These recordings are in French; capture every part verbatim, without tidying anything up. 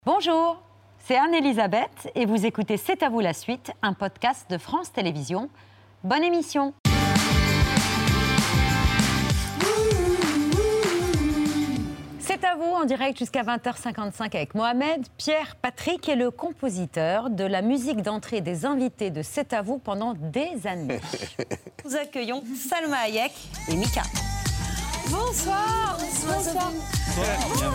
Bonjour, c'est Anne-Elisabeth et vous écoutez C'est à vous la suite, un podcast de France Télévisions. Bonne émission. C'est à vous en direct jusqu'à vingt heures cinquante-cinq avec Mohamed. Pierre Patrick est le compositeur de la musique d'entrée des invités de C'est à vous pendant des années. Nous accueillons Salma Hayek et Mika. Bonsoir. Bonsoir. Bonsoir. Bonjour.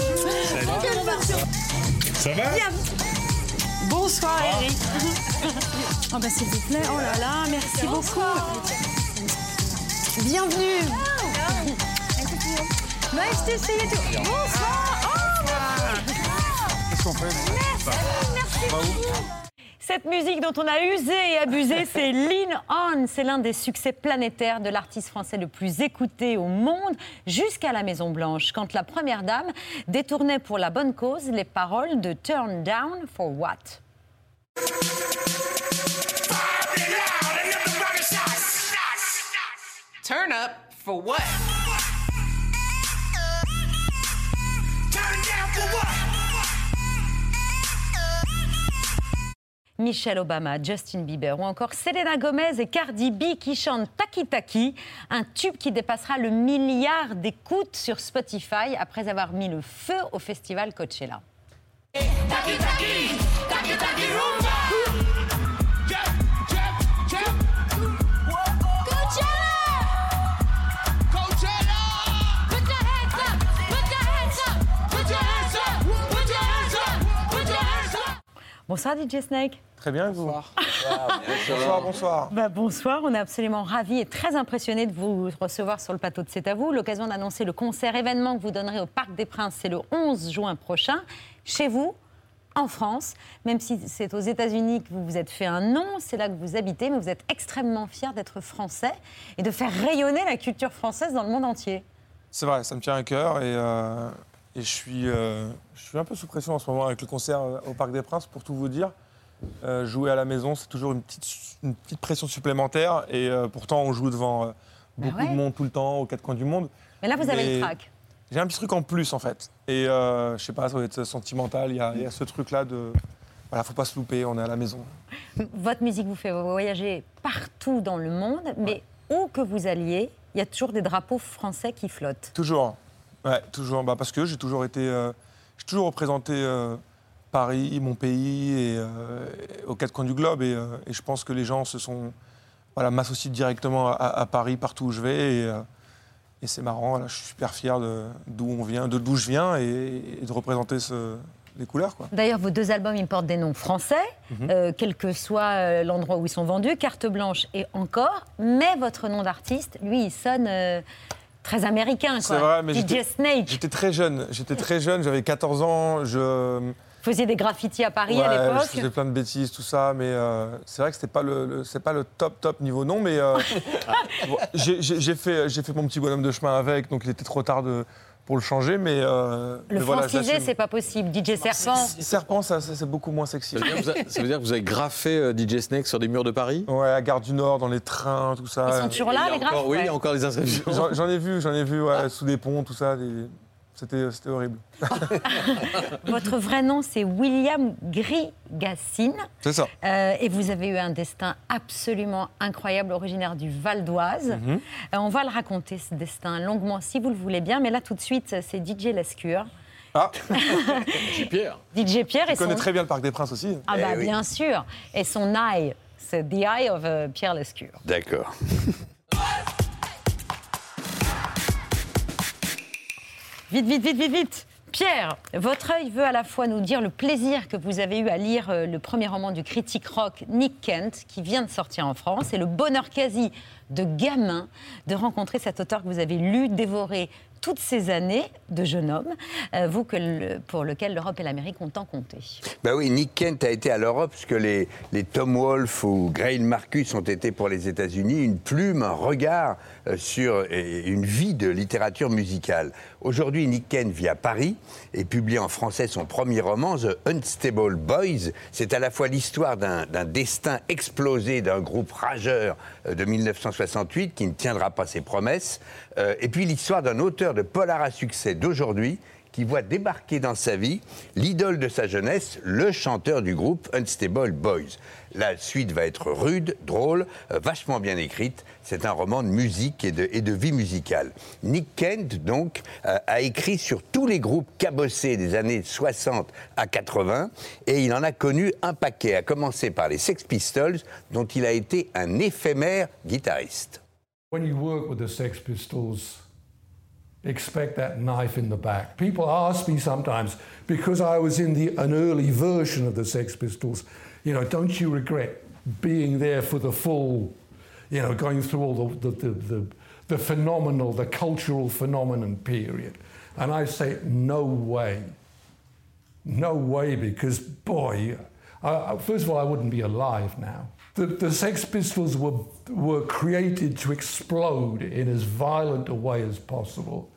Ça va? Bien. Bonsoir Eric. Oh bah s'il vous plaît, oh là là, merci beaucoup. Bienvenue. Nice to see you too. Bonsoir. Oh, qu'est-ce qu'on fait? Merci, merci beaucoup. Cette musique dont on a usé et abusé, c'est Lean On. C'est l'un des succès planétaires de l'artiste français le plus écouté au monde, jusqu'à la Maison-Blanche, quand la première dame détournait pour la bonne cause les paroles de Turn Down for What? Turn up for what? Turn down for what? Michelle Obama, Justin Bieber ou encore Selena Gomez et Cardi B qui chantent Taki Taki, un tube qui dépassera le milliard d'écoutes sur Spotify après avoir mis le feu au festival Coachella. Taki Taki, Taki Taki Rumba. Bonsoir D J Snake. Très bien, vous. Bonsoir. Bonsoir, bonsoir. Bah, bonsoir, on est absolument ravis et très impressionnés de vous recevoir sur le plateau de C'est à vous. L'occasion d'annoncer le concert événement que vous donnerez au Parc des Princes, c'est le onze juin prochain, chez vous, en France. Même si c'est aux États-Unis que vous vous êtes fait un nom, c'est là que vous habitez, mais vous êtes extrêmement fiers d'être français et de faire rayonner la culture française dans le monde entier. C'est vrai, ça me tient à cœur et... Euh... Et je suis, euh, je suis un peu sous pression en ce moment avec le concert au Parc des Princes, pour tout vous dire. Euh, jouer à la maison, c'est toujours une petite, une petite pression supplémentaire. Et euh, pourtant, on joue devant euh, beaucoup bah ouais. de monde tout le temps, aux quatre coins du monde. Mais là, vous avez Mais le trac. J'ai un petit truc en plus, en fait. Et euh, je sais pas, ça va être sentimental. Il y a, il y a ce truc-là de... Voilà, faut pas se louper, on est à la maison. Votre musique vous fait voyager partout dans le monde, mais ouais. Où que vous alliez, il y a toujours des drapeaux français qui flottent. Toujours. Ouais, toujours, bah parce que j'ai toujours été, euh, j'ai toujours représenté euh, Paris, mon pays, et, euh, aux quatre coins du globe, et, euh, et je pense que les gens se sont, voilà, m'associent directement à, à Paris partout où je vais, et, euh, et c'est marrant. Là, je suis super fier de d'où on vient, de d'où je viens, et, et de représenter ce, les couleurs, quoi. D'ailleurs, vos deux albums, ils portent des noms français, mm-hmm. euh, quel que soit euh, l'endroit où ils sont vendus, Carte Blanche et encore, mais votre nom d'artiste, lui, il sonne. Euh, Très américain, quoi. C'est vrai, mais D J Snake. J'étais très jeune, j'étais très jeune, j'avais quatorze ans, je... Vous faisiez des graffitis à Paris ouais, à l'époque. Je faisais plein de bêtises, tout ça, mais euh, c'est vrai que c'était pas le, le, c'est pas le top, top niveau nom, mais euh, bon, j'ai, j'ai, fait, j'ai fait mon petit bonhomme de chemin avec, donc il était trop tard de... pour le changer, mais... Euh, le mais francisé, voilà, c'est pas possible. D J Serpent. Serpent, ça, ça, c'est beaucoup moins sexy. Ça veut, dire que vous avez, ça veut dire que vous avez graffé euh, D J Snake sur des murs de Paris? Ouais, à Gare du Nord, dans les trains, tout ça. Ils sont toujours là, les graphes? Oui, ouais. il y a encore des inscriptions. J'en, j'en ai vu, j'en ai vu, ouais, ah. sous des ponts, tout ça. Des... C'était, c'était horrible. Votre vrai nom, c'est William Grigassine. C'est ça. Euh, et vous avez eu un destin absolument incroyable, originaire du Val d'Oise. Mm-hmm. Euh, on va le raconter, ce destin, longuement, si vous le voulez bien. Mais là, tout de suite, c'est D J Lescure. Ah D J Pierre. D J Pierre. Je connais son... très bien le Parc des Princes aussi. Ah bah eh oui. bien sûr. Et son eye, c'est The Eye of uh, Pierre Lescure. D'accord. Vite, vite, vite, vite, vite. Pierre, votre œil veut à la fois nous dire le plaisir que vous avez eu à lire euh, le premier roman du critique rock Nick Kent, qui vient de sortir en France, et le bonheur quasi de gamin de rencontrer cet auteur que vous avez lu, dévoré toutes ces années de jeune homme, euh, vous que le, pour lequel l'Europe et l'Amérique ont tant compté. Ben oui, Nick Kent a été à l'Europe, parce que les, les Tom Wolfe ou Grail Marcus ont été pour les États-Unis une plume, un regard euh, sur et une vie de littérature musicale. Aujourd'hui, Nick Kent vit à Paris et publie en français son premier roman, The Unstable Boys. C'est à la fois l'histoire d'un, d'un destin explosé d'un groupe rageur euh, de mille neuf cent soixante-huit qui ne tiendra pas ses promesses, euh, et puis l'histoire d'un auteur de polar à succès d'aujourd'hui qui voit débarquer dans sa vie l'idole de sa jeunesse, le chanteur du groupe Unstable Boys. La suite va être rude, drôle, euh, vachement bien écrite. C'est un roman de musique et de, et de vie musicale. Nick Kent, donc, euh, a écrit sur tous les groupes cabossés des années soixante à quatre-vingts et il en a connu un paquet, à commencer par les Sex Pistols, dont il a été un éphémère guitariste. When you work with the Sex Pistols, expect that knife in the back. People ask me sometimes, because I was in the, an early version of the Sex Pistols, you know, don't you regret being there for the full, you know, going through all the, the, the, the, the phenomenal, the cultural phenomenon period? And I say, no way. No way, because, boy, I, first of all, I wouldn't be alive now. The, the Sex Pistols were, were created to explode in as violent a way as possible.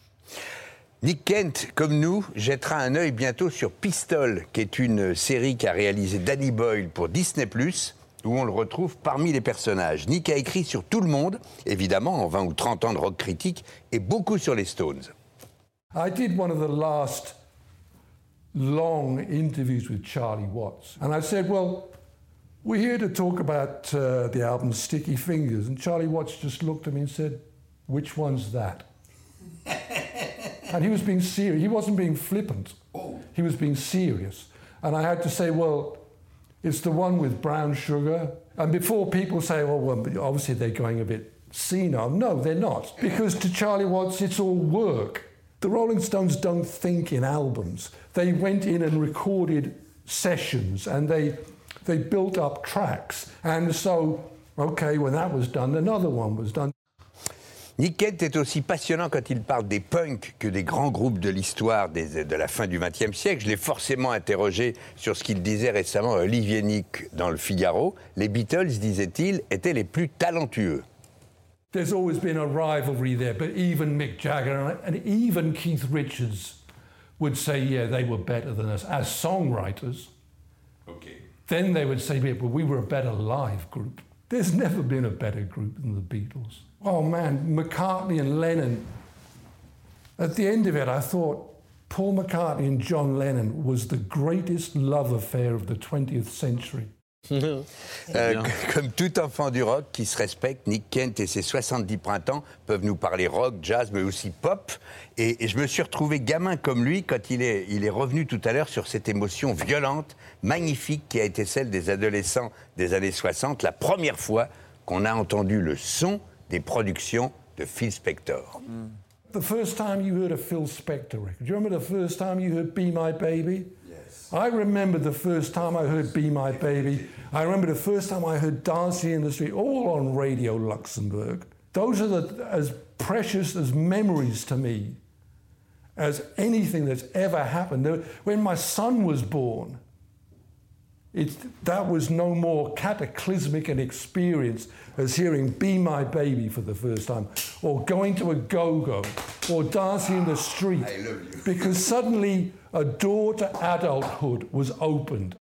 Nick Kent, comme nous, jettera un œil bientôt sur Pistol, qui est une série qu'a réalisée Danny Boyle pour Disney plus, où on le retrouve parmi les personnages. Nick a écrit sur tout le monde, évidemment, en vingt ou trente ans de rock critique, et beaucoup sur les Stones. I did one of the last long interviews with Charlie Watts, and I said, well, we're here to talk about uh, the album Sticky Fingers, and Charlie Watts just looked at me and said, which one's that? And he was being serious. He wasn't being flippant. He was being serious. And I had to say, well, it's the one with brown sugar. And before people say, oh, well, obviously they're going a bit senile. No, they're not. Because to Charlie Watts, it's all work. The Rolling Stones don't think in albums. They went in and recorded sessions and they, they built up tracks. And so, okay, when that was done, another one was done. Nick Kent est aussi passionnant quand il parle des punks que des grands groupes de l'histoire des, de la fin du vingtième siècle. Je l'ai forcément interrogé sur ce qu'il disait récemment à Olivier Nick dans le Figaro. Les Beatles, disait-il, étaient les plus talentueux. There's always been a rivalry there, but even Mick Jagger and even Keith Richards would say, yeah, they were better than us as songwriters. Okay. Then they would say, yeah, but we were a better live group. There's never been a better group than the Beatles. Oh man, McCartney and Lennon. At the end of it, I thought Paul McCartney and John Lennon was the greatest love affair of the twentieth century. Euh, comme tout enfant du rock qui se respecte, Nick Kent et ses soixante-dix printemps peuvent nous parler rock, jazz, mais aussi pop. Et, et je me suis retrouvé gamin comme lui quand il est, il est revenu tout à l'heure sur cette émotion violente, magnifique, qui a été celle des adolescents des années soixante, la première fois qu'on a entendu le son des productions de Phil Spector. Mm. The first time you heard a Phil Spector record, do you remember the first time you heard Be My Baby? Yes. I remember the first time I heard Be My Baby. I remember the first time I heard Dancing in the Street, all on Radio Luxembourg. Those are the, as precious as memories to me as anything that's ever happened. When my son was born, it, that was no more cataclysmic an experience as hearing Be My Baby for the first time, or going to a go-go, or dancing in the street, because suddenly a door to adulthood was opened.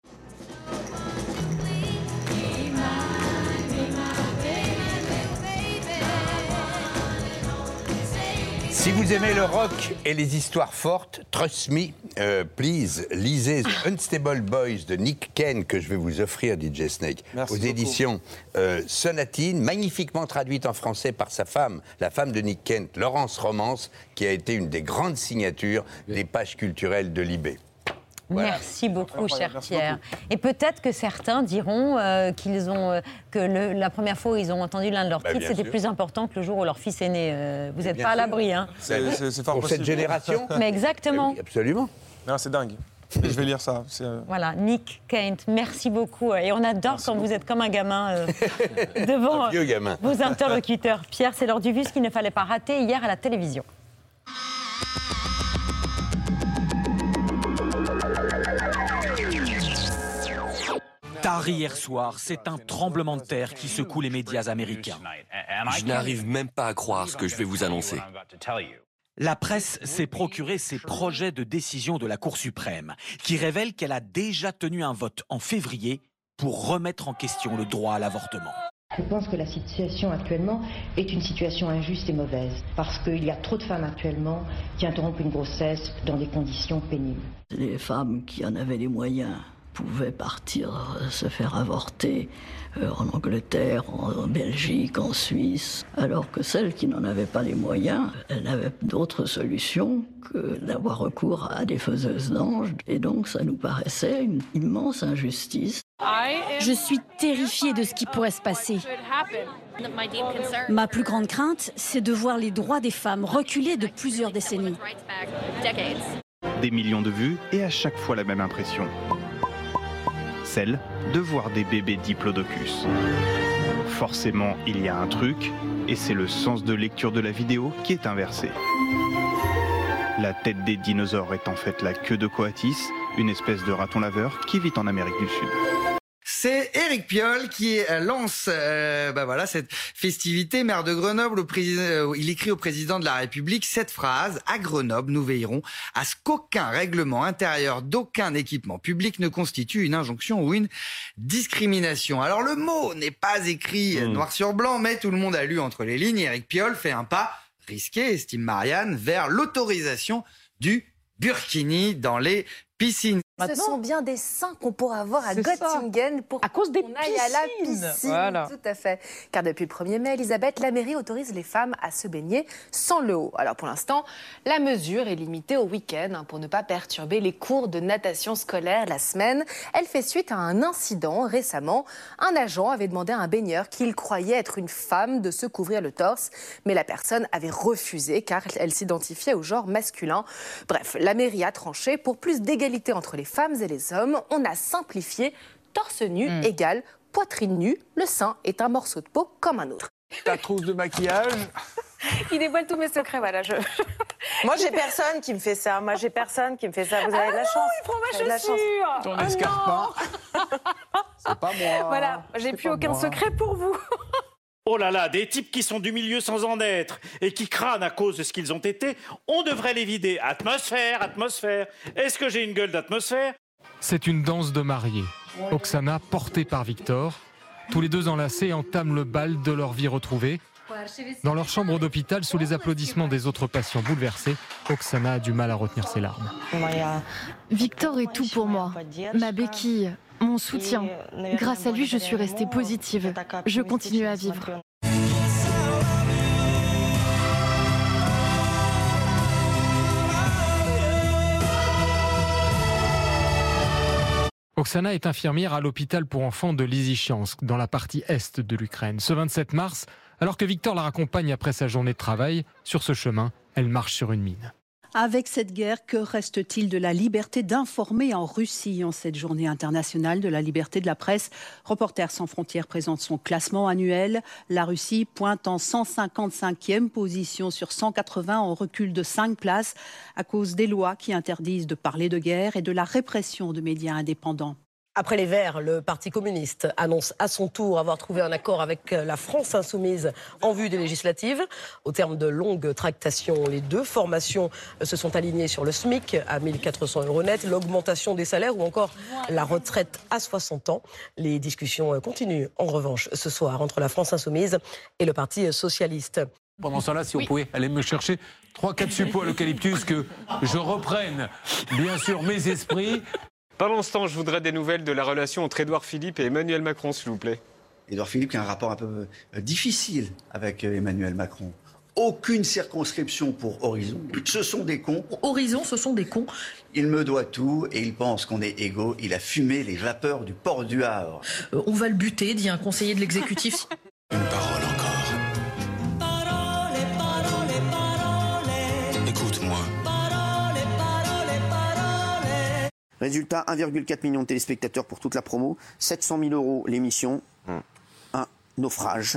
Si vous aimez le rock et les histoires fortes, trust me, euh, please, lisez The Unstable Boys de Nick Kent que je vais vous offrir, D J Snake, Merci aux beaucoup. éditions euh, Sonatine, magnifiquement traduite en français par sa femme, la femme de Nick Kent, Laurence Romance, qui a été une des grandes signatures des pages culturelles de Libé. Voilà. Merci beaucoup, cher Merci Pierre. beaucoup. Et peut-être que certains diront euh, qu'ils ont euh, que le, la première fois où ils ont entendu l'un de leurs Bah, titres, bien c'était sûr. plus important que le jour où leur fils est né. Euh, vous n'êtes bien pas à sûr. l'abri, hein. C'est c'est- c'est fort Pour cette possible. génération. Mais exactement. Oui, absolument. Non, c'est dingue. Et je vais lire ça. c'est, euh, Voilà, Nick Kent, merci beaucoup. Et on adore Merci quand beaucoup. vous êtes comme un gamin euh, devant Un vieux gamin. vos interlocuteurs. Pierre, c'est l'heure du vu, ce qu'il ne fallait pas rater hier à la télévision. Tard hier soir, c'est un tremblement de terre qui secoue les médias américains. Je n'arrive même pas à croire ce que je vais vous annoncer. La presse s'est procuré ces projets de décision de la Cour suprême, qui révèlent qu'elle a déjà tenu un vote en février pour remettre en question le droit à l'avortement. Je pense que la situation actuellement est une situation injuste et mauvaise, parce qu'il y a trop de femmes actuellement qui interrompent une grossesse dans des conditions pénibles. Les femmes qui en avaient les moyens pouvaient partir euh, se faire avorter euh, en Angleterre, en, en Belgique, en Suisse, alors que celles qui n'en avaient pas les moyens, elles n'avaient d'autre solution que d'avoir recours à des faiseuses d'anges. Et donc ça nous paraissait une immense injustice. Je suis terrifiée de ce qui pourrait se passer. Ma plus grande crainte, c'est de voir les droits des femmes reculer de plusieurs décennies. Des millions de vues et à chaque fois la même impression. Celle de voir des bébés diplodocus. Forcément, il y a un truc, et c'est le sens de lecture de la vidéo qui est inversé. La tête des dinosaures est en fait la queue de Coatis, une espèce de raton laveur qui vit en Amérique du Sud. C'est Éric Piolle qui lance euh, bah voilà, cette festivité. Maire de Grenoble, au président, euh, il écrit au président de la République cette phrase: à Grenoble, nous veillerons à ce qu'aucun règlement intérieur d'aucun équipement public ne constitue une injonction ou une discrimination. Alors le mot n'est pas écrit mmh. noir sur blanc, mais tout le monde a lu entre les lignes. Éric Piolle fait un pas risqué, estime Marianne, vers l'autorisation du burkini dans les piscines. Ce sont bien des seins qu'on pourra avoir à Göttingen ça. pour à cause des qu'on aille à la piscine. Voilà. Tout à fait. Car depuis le premier mai, Elisabeth, la mairie autorise les femmes à se baigner sans le haut. Alors pour l'instant, la mesure est limitée au week-end hein, pour ne pas perturber les cours de natation scolaire la semaine. Elle fait suite à un incident récemment. Un agent avait demandé à un baigneur qu'il croyait être une femme de se couvrir le torse, mais la personne avait refusé car elle s'identifiait au genre masculin. Bref, la mairie a tranché. Pour plus d'égalité entre les femmes et les hommes, on a simplifié torse nu mmh. égale poitrine nue. Le sein est un morceau de peau comme un autre. Ta trousse de maquillage. Il dévoile tous mes secrets, voilà. Je... Moi, j'ai personne qui me fait ça. Moi, j'ai personne qui me fait ça. Vous avez ah de la non, chance. il prend ma chaussure. Ton oh escarpin. C'est pas moi. Voilà, j'ai plus aucun moi. secret pour vous. Oh là là, des types qui sont du milieu sans en être et qui crânent à cause de ce qu'ils ont été, on devrait les vider. Atmosphère, atmosphère. Est-ce que j'ai une gueule d'atmosphère ? C'est une danse de mariés. Oksana, portée par Victor. Tous les deux enlacés entament le bal de leur vie retrouvée. Dans leur chambre d'hôpital, sous les applaudissements des autres patients bouleversés, Oksana a du mal à retenir ses larmes. Victor est tout pour moi. Ma béquille, mon soutien. Grâce à lui, je suis restée positive. Je continue à vivre. Oksana est infirmière à l'hôpital pour enfants de Lysychansk, dans la partie est de l'Ukraine. Ce vingt-sept mars, alors que Victor la raccompagne après sa journée de travail, sur ce chemin, elle marche sur une mine. Avec cette guerre, que reste-t-il de la liberté d'informer en Russie en cette journée internationale de la liberté de la presse? Reporters sans frontières présente son classement annuel. La Russie pointe en cent cinquante-cinquième position sur cent quatre-vingts, en recul de cinq places, à cause des lois qui interdisent de parler de guerre et de la répression de médias indépendants. Après les Verts, le Parti communiste annonce à son tour avoir trouvé un accord avec la France insoumise en vue des législatives. Au terme de longues tractations, les deux formations se sont alignées sur le SMIC à mille quatre cents euros net, l'augmentation des salaires ou encore la retraite à soixante ans. Les discussions continuent en revanche ce soir entre la France insoumise et le Parti socialiste. Pendant ce temps-là, si oui. on pouvait aller me chercher trois quatre suppos à l'eucalyptus, que je reprenne bien sûr mes esprits. Pendant ce temps, je voudrais des nouvelles de la relation entre Édouard Philippe et Emmanuel Macron, s'il vous plaît. Édouard Philippe qui a un rapport un peu difficile avec Emmanuel Macron. Aucune circonscription pour Horizon. Ce sont des cons. Horizon, ce sont des cons. Il me doit tout et il pense qu'on est égaux. Il a fumé les vapeurs du port du Havre. Euh, on va le buter, dit un conseiller de l'exécutif. Une parole encore. Parole, parole, parole. Écoute-moi. Résultat, un virgule quatre million de téléspectateurs pour toute la promo, sept cent mille euros l'émission, mm. un naufrage,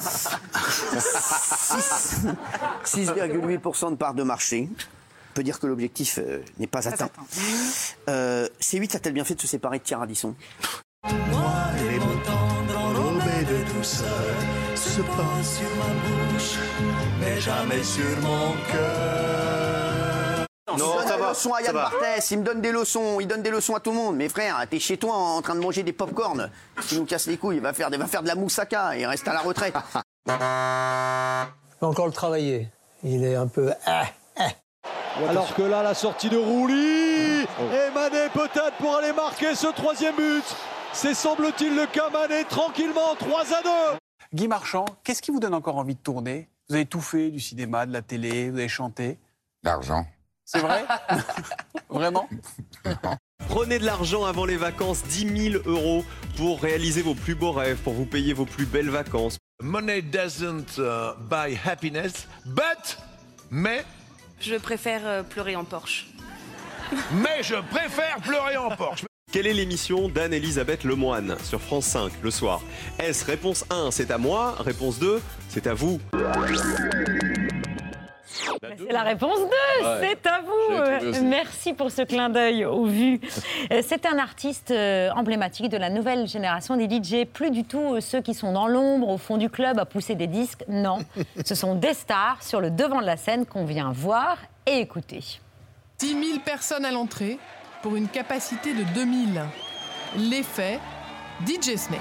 six virgule huit pour cent de part de marché. On peut dire que l'objectif euh, n'est pas atteint. Euh, C huit a-t-elle bien fait de se séparer de Thierry Ardisson? Moi, les mots tendres enrobés de douceur se posent sur ma bouche, mais jamais sur mon cœur. Il Non, donne ça des va, leçons à ça Yann va. Barthès, il me donne des leçons, il donne des leçons à tout le monde. Mais frère, t'es chez toi en train de manger des pop-corn. S'il nous casse les couilles, il va faire, il va faire de la moussaka et reste à la retraite. Je vais encore le travailler. Il est un peu... Ah, ah. Alors que là, la sortie de Rouli et Mané peut-être pour aller marquer ce troisième but. C'est semble-t-il le cas, Mané tranquillement, trois à deux. Guy Marchand, qu'est-ce qui vous donne encore envie de tourner? Vous avez tout fait, du cinéma, de la télé, vous avez chanté. L'argent. C'est vrai? Vraiment? Prenez de l'argent avant les vacances, dix mille euros pour réaliser vos plus beaux rêves, pour vous payer vos plus belles vacances. Money doesn't uh, buy happiness, but, mais, Je préfère euh, pleurer en Porsche. mais je préfère pleurer en Porsche. Quelle est l'émission d'Anne-Elisabeth Lemoine sur France cinq le soir? Est-ce réponse un, c'est à moi? Réponse deux, c'est à vous. C'est la réponse deux, Ouais. c'est à vous. J'ai trouvé aussi. Merci pour ce clin d'œil au vu. Euh, C'est un artiste euh, emblématique de la nouvelle génération des D J. Plus du tout euh, ceux qui sont dans l'ombre, au fond du club, à pousser des disques. Non, ce sont des stars sur le devant de la scène qu'on vient voir et écouter. dix mille personnes à l'entrée pour une capacité de deux mille. L'effet, D J Snake.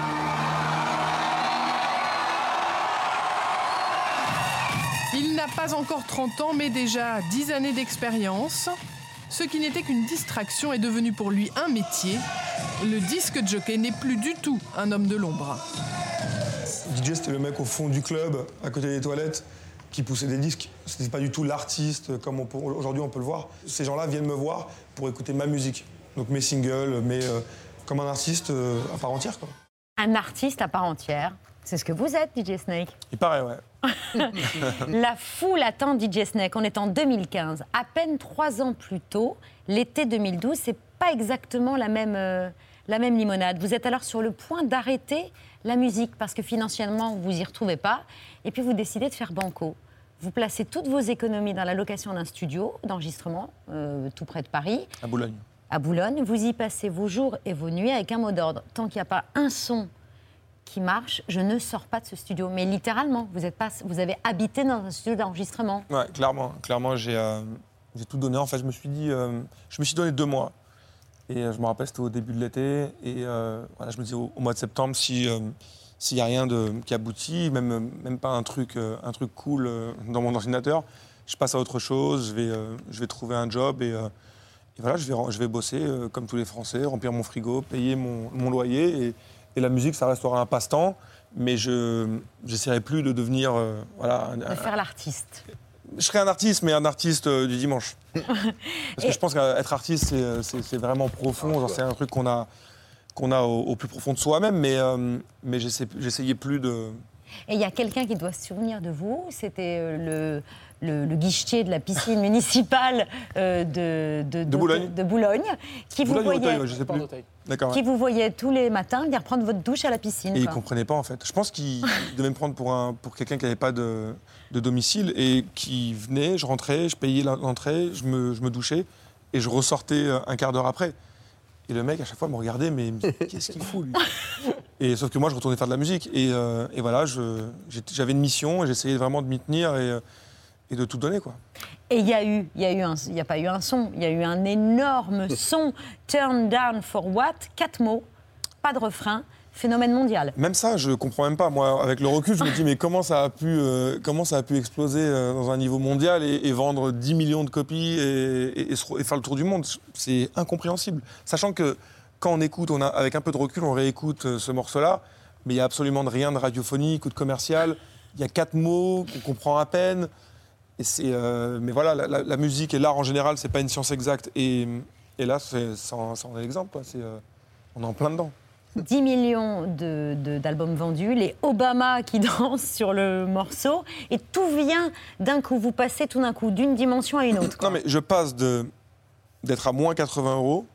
Il n'a pas encore trente ans, mais déjà dix années d'expérience. Ce qui n'était qu'une distraction est devenu pour lui un métier. Le disque jockey n'est plus du tout un homme de l'ombre. D J, c'était le mec au fond du club, à côté des toilettes, qui poussait des disques. C'était pas du tout l'artiste comme on peut- aujourd'hui on peut le voir. Ces gens-là viennent me voir pour écouter ma musique, donc mes singles, mais euh, comme un artiste euh, à part entière, quoi. Un artiste à part entière. C'est ce que vous êtes, D J Snake. Il paraît, ouais. La foule attend D J Snake. On est en deux mille quinze. À peine trois ans plus tôt, l'été deux mille douze, c'est pas exactement la même, euh, la même limonade. Vous êtes alors sur le point d'arrêter la musique parce que financièrement, vous y retrouvez pas. Et puis vous décidez de faire banco. Vous placez toutes vos économies dans la location d'un studio d'enregistrement, euh, tout près de Paris, À Boulogne. à Boulogne. Vous y passez vos jours et vos nuits avec un mot d'ordre. Tant qu'il n'y a pas un son qui marche, je ne sors pas de ce studio. Mais littéralement, vous, êtes pas, vous avez habité dans un studio d'enregistrement. Ouais, clairement. Clairement, j'ai euh, j'ai tout donné. En fait, je me suis dit, euh, je me suis donné deux mois. Et euh, je me rappelle, c'était au début de l'été. Et euh, voilà, je me disais, au, au mois de septembre, si euh, s'il n'y a rien de, qui aboutit, même, même pas un truc, euh, un truc cool euh, dans mon ordinateur, je passe à autre chose. Je vais, euh, je vais trouver un job et, euh, et voilà, je vais, je vais bosser euh, comme tous les Français, remplir mon frigo, payer mon, mon loyer. Et, et la musique, ça restera un passe-temps. Mais je n'essaierai plus de devenir euh, voilà, un, De faire l'artiste. je serais un artiste, mais un artiste euh, du dimanche. Parce que je pense qu'être artiste, c'est- c'est c'est vraiment profond. Genre, c'est un truc qu'on a, qu'on a au, au plus profond de soi-même, mais, euh, mais j'essaie- j'essayais plus de... Et il y a quelqu'un qui doit se souvenir de vous, c'était euh, le, le, le guichetier de la piscine municipale euh, de, de, De Boulogne. de Boulogne, qui, Boulogne vous ou Auteuil, voyait, ouais, je sais plus. D'accord. qui ouais. vous voyait tous les matins venir prendre votre douche à la piscine. Et il quoi. comprenait pas, en fait. Je pense qu'il devait me prendre pour, un, pour quelqu'un qui n'avait pas de, de domicile et qui venait, je rentrais, je payais l'entrée, je me, je me douchais et je ressortais un quart d'heure après. Et le mec, à chaque fois, me regardait, mais il me disait, qu'est-ce qu'il fout, lui? Et sauf que moi, je retournais faire de la musique. Et, euh, et voilà, je- j'étais- j'avais une mission et j'essayais vraiment de m'y tenir et, euh, et de tout donner, quoi. Et il y a eu, il y a eu un, il y a pas eu un son, il y a eu un énorme son. Turn down for what? Quatre mots, pas de refrain, phénomène mondial. Même ça, je comprends même pas. Moi, avec le recul, je me dis, mais comment ça a pu, euh, comment ça a pu exploser euh, dans un niveau mondial et, et vendre dix millions de copies et, et- et se re- et faire le tour du monde? C'est incompréhensible. Sachant que quand on écoute, on a, avec un peu de recul, on réécoute euh, ce morceau-là, mais il n'y a absolument de rien de radiophonique ou de commercial. Il y a quatre mots qu'on comprend à peine. Et c'est, euh, mais voilà, la, la- la musique et l'art en général, c'est pas une science exacte. Et, et là, c'est, ça, en, ça en est l'exemple, quoi. C'est, euh, on est en plein dedans. dix millions de- de- d'albums vendus, les Obama qui dansent sur le morceau, et tout vient d'un coup. Vous passez tout d'un coup d'une dimension à une autre. Non, mais je passe de, d'être à moins quatre-vingts euros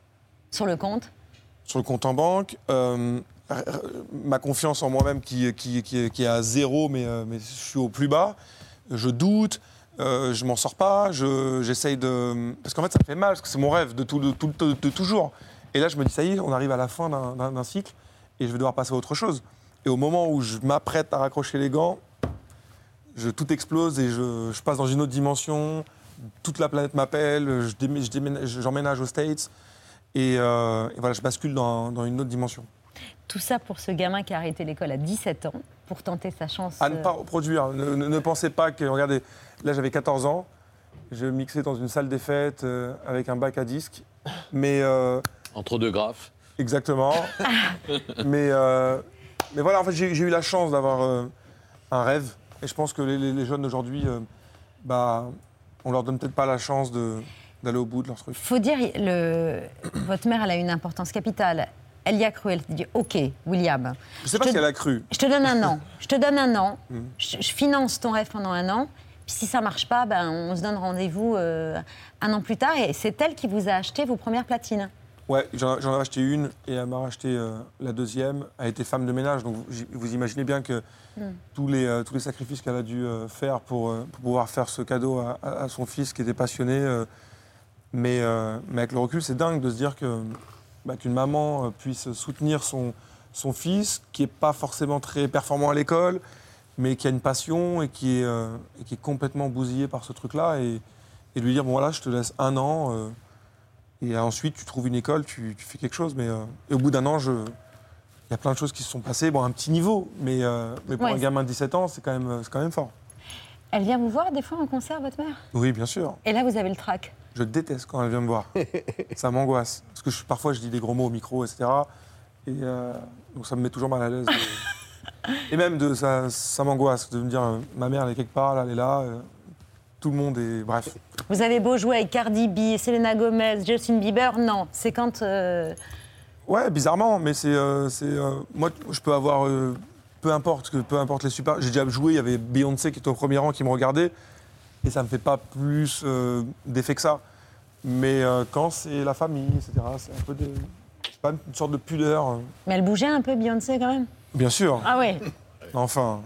Sur le compte. sur le compte en banque, euh, r- r- ma confiance en moi-même qui, qui, qui, qui est à zéro, mais, euh, mais je suis au plus bas. Je doute, euh, je m'en sors pas, je- j'essaye de... Parce qu'en fait, ça me fait mal, parce que c'est mon rêve de, tout, de, tout- de- de toujours. Et là, je me dis, ça y est, on arrive à la fin d'un- d'un d'un cycle et je vais devoir passer à autre chose. Et au moment où je m'apprête à raccrocher les gants, je, tout explose et je, je passe dans une autre dimension. toute la planète m'appelle, je démé- je déménage- j'emménage aux States et, euh, et voilà, je bascule dans, dans une autre dimension. Tout ça pour ce gamin qui a arrêté l'école à dix-sept ans pour tenter sa chance. À ne euh, pas reproduire. Ne, ne- ne pensez pas que, regardez, là j'avais quatorze ans, je mixais dans une salle des fêtes euh, avec un bac à disques, mais... euh, Entre deux graphes. Exactement. mais, euh, mais voilà, en fait, j'ai j'ai eu la chance d'avoir euh, un rêve. Et je pense que les, les- les jeunes d'aujourd'hui, euh, bah, on leur donne peut-être pas la chance de- d'aller au bout de leur truc. faut dire, le... votre mère, elle a une importance capitale. Elle y a cru, elle s'est dit, OK, William. Je sais pas te- si elle a cru. Je te donne un an. Je te donne un an. Mm. Je, je finance ton rêve pendant un an. Puis si ça marche pas, ben, on se donne rendez-vous euh, un an plus tard. Et c'est elle qui vous a acheté vos premières platines. Ouais, j'en j'en ai acheté une et elle m'a racheté euh, la deuxième. Elle était femme de ménage, donc vous, vous imaginez bien que Mm. tous, les, euh, tous les sacrifices qu'elle a dû euh, faire pour, euh, pour pouvoir faire ce cadeau à, à- à son fils qui était passionné. euh, mais, euh, mais avec le recul, c'est dingue de se dire que, bah, qu'une maman euh, puisse soutenir son, son fils qui n'est pas forcément très performant à l'école, mais qui a une passion et qui est, euh, et qui est complètement bousillé par ce truc-là. Et, et lui dire, bon voilà, je te laisse un an. euh, Et ensuite, tu trouves une école, tu, tu fais quelque chose. Mais euh, et au bout d'un an, je... il y a plein de choses qui se sont passées. Bon, à un petit niveau, mais, euh, mais pour Ouais, un c'est- gamin de dix-sept ans, c'est quand même, c'est quand même fort. Elle vient vous voir des fois en concert, votre mère? Oui, bien sûr. Et là, vous avez le trac. Je déteste quand elle vient me voir. Ça m'angoisse. Parce que je- parfois, je dis des gros mots au micro, et cetera. Et euh, donc, ça me met toujours mal à l'aise. Et, et même, de, ça, ça m'angoisse de me dire, euh, ma mère, elle est quelque part, là, elle est là. euh, tout le monde est... Bref. Vous avez beau jouer avec Cardi B, Selena Gomez, Justin Bieber, non. C'est quand... euh, Ouais, bizarrement, mais c'est... euh, c'est, euh, moi, je peux avoir... euh, peu importe, que, peu importe les super... J'ai déjà joué, il y avait Beyoncé qui était au premier rang, qui me regardait, et ça me fait pas plus euh, d'effet que ça. Mais euh, quand c'est la famille, et cetera, c'est un peu de... C'est pas une sorte de pudeur. euh. Mais elle bougeait un peu, Beyoncé, quand même. Bien sûr. Ah ouais. Enfin.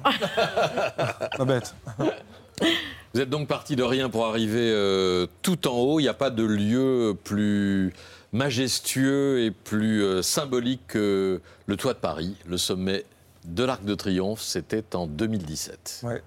Pas bête. Vous êtes donc parti de rien pour arriver euh, tout en haut. Il n'y a pas de lieu plus majestueux et plus euh, symbolique que le toit de Paris, le sommet de l'Arc de Triomphe. C'était en deux mille dix-sept. Ouais.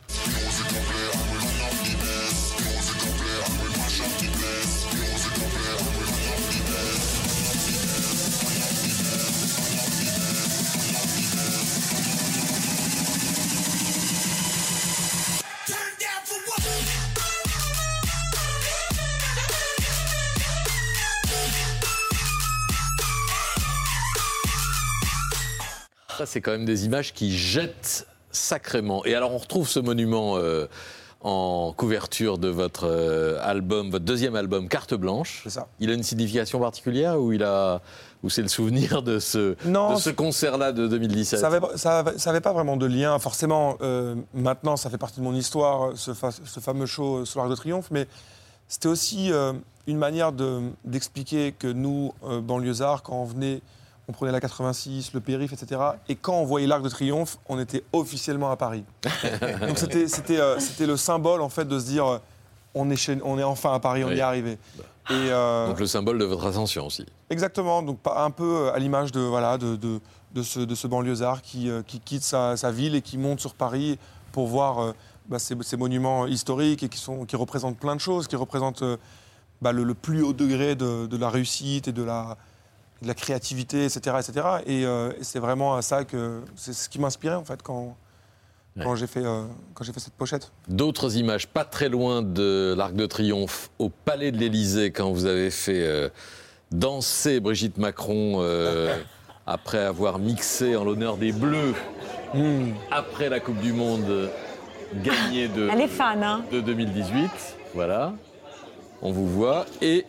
Ça, c'est quand même des images qui jettent sacrément. Et alors, on retrouve ce monument euh, en couverture de votre euh, album, votre deuxième album, Carte Blanche. C'est ça. Il a une signification particulière ou il a, ou c'est le souvenir de ce, Non, de ce concert-là de deux mille dix-sept? Ça n'avait ça avait- ça avait pas vraiment de lien. Forcément, euh, maintenant, ça fait partie de mon histoire, ce, fa- ce fameux show euh, sur l'Arc de Triomphe. Mais c'était aussi euh, une manière de- d'expliquer que nous, euh, banlieusards, quand on venait, on prenait la quatre-vingt-six, le périph', et cetera. Et quand on voyait l'Arc de Triomphe, on était officiellement à Paris. Donc c'était c'était, euh, c'était le symbole, en fait, de se dire, euh, on est, chez, on est enfin à Paris, on Oui. y est arrivé. Et, euh, Donc le symbole de votre ascension aussi. Exactement, donc pas- un peu à l'image de, voilà, de, de, de ce, de ce banlieusard qui, euh, qui quitte sa, sa ville et qui monte sur Paris pour voir euh, bah, ces, ces monuments historiques et qui, sont, qui représentent plein de choses, qui représentent euh, bah, le, le plus haut degré de, de la réussite et de la, de la créativité, et cetera et cetera. Et, euh, et c'est vraiment à ça que c'est ce qui m'inspirait en fait quand, quand j'ai fait, euh, quand j'ai fait cette pochette. D'autres images, pas très loin de l'Arc de Triomphe, au Palais de l'Élysée, quand vous avez fait euh, danser Brigitte Macron euh, après avoir mixé en l'honneur des Bleus, après la Coupe du Monde gagnée de, Elle est fan, hein. de deux mille dix-huit. Voilà, on vous voit. Et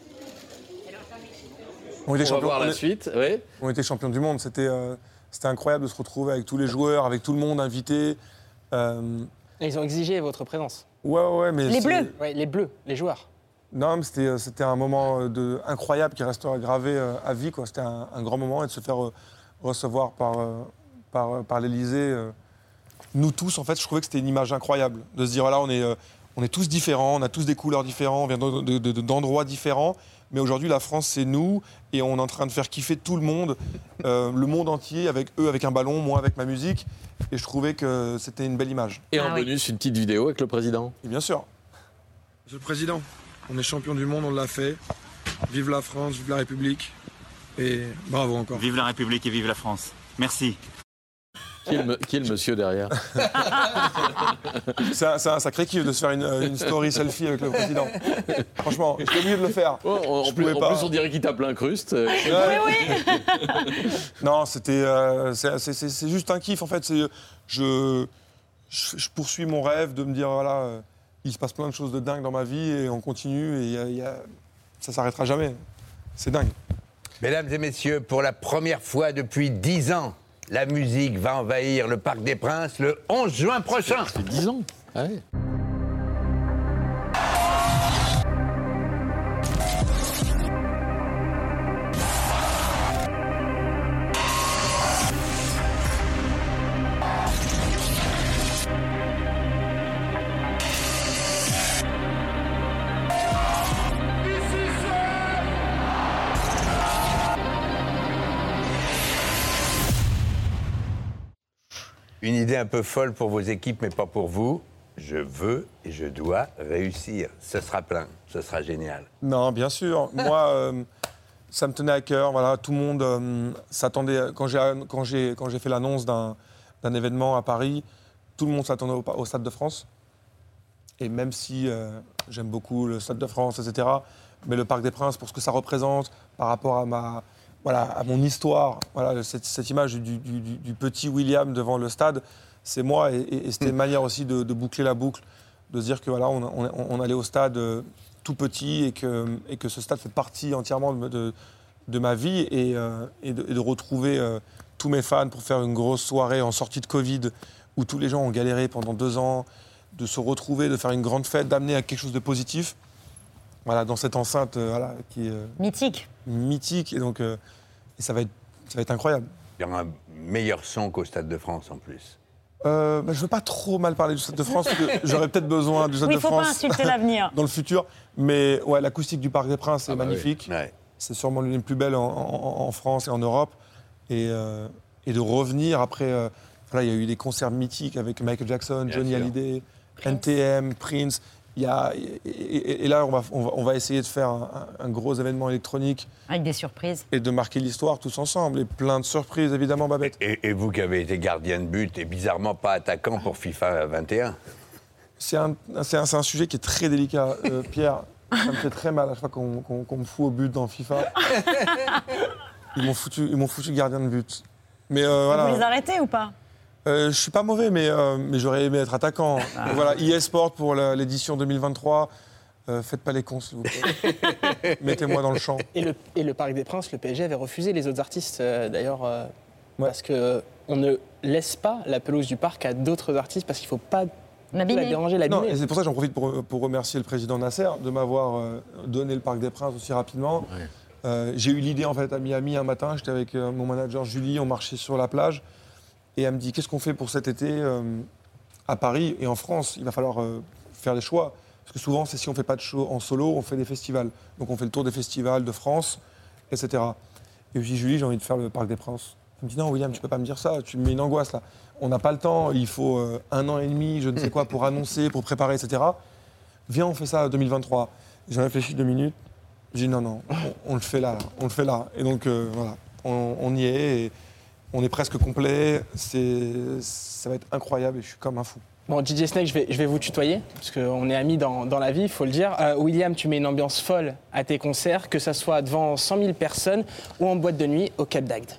On, était On va voir la on est- suite, oui. On était champions du monde. C'était euh, c'était incroyable de se retrouver avec tous les joueurs, avec tout le monde invité. Euh, Et ils ont exigé votre présence. Ouais, ouais, mais Les c'est- bleus ouais, Les bleus, les joueurs. Non, mais c'était, c'était un moment euh, de, incroyable qui restera gravé euh, à vie, quoi. C'était un, un grand moment et de se faire euh, recevoir par, euh, par, euh, par l'Élysée. euh, nous tous, en fait, je trouvais que c'était une image incroyable. De se dire, voilà, on est, euh, on est tous différents, on a tous des couleurs différentes, on vient de- de- de- d'endroits différents. Mais aujourd'hui, la France, c'est nous et on est en train de faire kiffer tout le monde, euh, le monde entier, avec eux, avec un ballon, moi avec ma musique. Et je trouvais que c'était une belle image. Et en bonus, une petite vidéo avec le président. Et bien sûr. Monsieur le Président, on est champion du monde, on l'a fait. Vive la France, vive la République. Et bravo encore. Vive la République et vive la France. Merci. Qui est, le, qui est le monsieur derrière? C'est un, c'est un sacré kiff de se faire une, une story selfie avec le président. Franchement, j'étais obligé de le faire. Oh, en, Je plus, pouvais en pas. plus, on dirait qu'il tape l'incruste. Ouais. Oui, oui. Non, c'était, euh, c'est, c'est, c'est, c'est juste un kiff en fait. C'est, je, je, je poursuis mon rêve de me dire voilà, euh, il se passe plein de choses de dingue dans ma vie et on continue et y a, y a, ça s'arrêtera jamais. C'est dingue. Mesdames et messieurs, pour la première fois depuis dix ans, la musique va envahir le Parc des Princes le onze juin prochain. C'est dix ans. Ah ouais. Une idée un peu folle pour vos équipes, mais pas pour vous. Je veux et je dois réussir. Ce sera plein, ce sera génial. Non, bien sûr. Moi, euh, ça me tenait à cœur. Voilà, tout le monde euh, s'attendait. Quand j'ai, quand, j'ai, quand j'ai fait l'annonce d'un, d'un événement à Paris, tout le monde s'attendait au, au Stade de France. Et même si euh, j'aime beaucoup le Stade de France, et cetera, mais le Parc des Princes, pour ce que ça représente par rapport à ma... Voilà, à mon histoire, voilà, cette, cette image du, du, du, du petit William devant le stade, c'est moi. Et, et, et c'était une manière aussi de, de boucler la boucle, de se dire que voilà, on, on, on allait au stade euh, tout petit et que, et que ce stade fait partie entièrement de, de, de ma vie et, euh, et, de, et de retrouver euh, tous mes fans pour faire une grosse soirée en sortie de Covid où tous les gens ont galéré pendant deux ans, de se retrouver, de faire une grande fête, d'amener à quelque chose de positif. Voilà, dans cette enceinte euh, voilà, qui est euh, mythique. Mythique, et donc euh, et ça, va être, ça va être incroyable. Il y aura un meilleur son qu'au Stade de France en plus. Euh, bah, je ne veux pas trop mal parler du Stade de France, parce que j'aurais peut-être besoin du Stade oui, de faut France pas insulter l'avenir. dans le futur. Mais ouais, l'acoustique du Parc des Princes est Ah bah magnifique. oui. Ouais. C'est sûrement l'une des plus belles en, en, en France et en Europe. Et, euh, et de revenir après, euh, voilà, il y a eu des concerts mythiques avec Michael Jackson, Bien Johnny sûr. Hallyday, N T M, Prince. Il y a, et, et- et là, on va, on, va, on va essayer de faire un, un gros événement électronique Avec des surprises. et de marquer l'histoire tous ensemble. Et plein de surprises, évidemment, Babette. Et, et vous qui avez été gardien de but et bizarrement pas attaquant pour FIFA vingt et un. C'est un, c'est un, c'est un sujet qui est très délicat, euh, Pierre. Ça me fait très mal à chaque fois qu'on, qu'on- qu'on me fout au but dans FIFA. Ils m'ont foutu, ils m'ont foutu gardien de but. Mais euh, voilà. Vous les arrêtez ou pas? Euh, je suis pas mauvais, mais, euh, mais j'aurais aimé être attaquant. Ah. Donc voilà, E A Sport pour la- l'édition deux mille vingt-trois. Euh, faites pas les cons, s'il vous plaît. Mettez-moi dans le champ. Et le, et le Parc des Princes, le P S G avait refusé les autres artistes, euh, d'ailleurs, euh, parce qu'on ne laisse pas la pelouse du parc à d'autres artistes, parce qu'il ne faut pas la déranger, Non, l'abîmer. et c'est pour ça que j'en profite pour, pour remercier le président Nasser de m'avoir euh, donné le Parc des Princes aussi rapidement. Euh, j'ai eu l'idée en fait à Miami un matin, j'étais avec euh, mon manager Julie, on marchait sur la plage et elle me dit qu'est-ce qu'on fait pour cet été euh, à Paris et en France, il va falloir euh, faire des choix. Parce que souvent, c'est si on ne fait pas de show en solo, on fait des festivals. Donc on fait le tour des festivals de France, et cetera. Et je dis Julie, j'ai envie de faire le Parc des Princes. Elle me dit non William, tu peux pas me dire ça, tu me mets une angoisse là. On n'a pas le temps, il faut euh, un an et demi, je ne sais quoi, pour annoncer, pour préparer, et cetera. Viens, on fait ça en deux mille vingt-trois. J'ai réfléchi deux minutes. J'ai dit non, non, on, on le fait là, là, on le fait là. Et donc euh, voilà, on, on y est, et on est presque complet. C'est, ça va être incroyable et je suis comme un fou. Bon, D J Snake, je vais, je vais vous tutoyer, parce qu'on est amis dans, dans la vie, il faut le dire. Euh, William, tu mets une ambiance folle à tes concerts, que ça soit devant cent mille personnes ou en boîte de nuit au Cap d'Agde.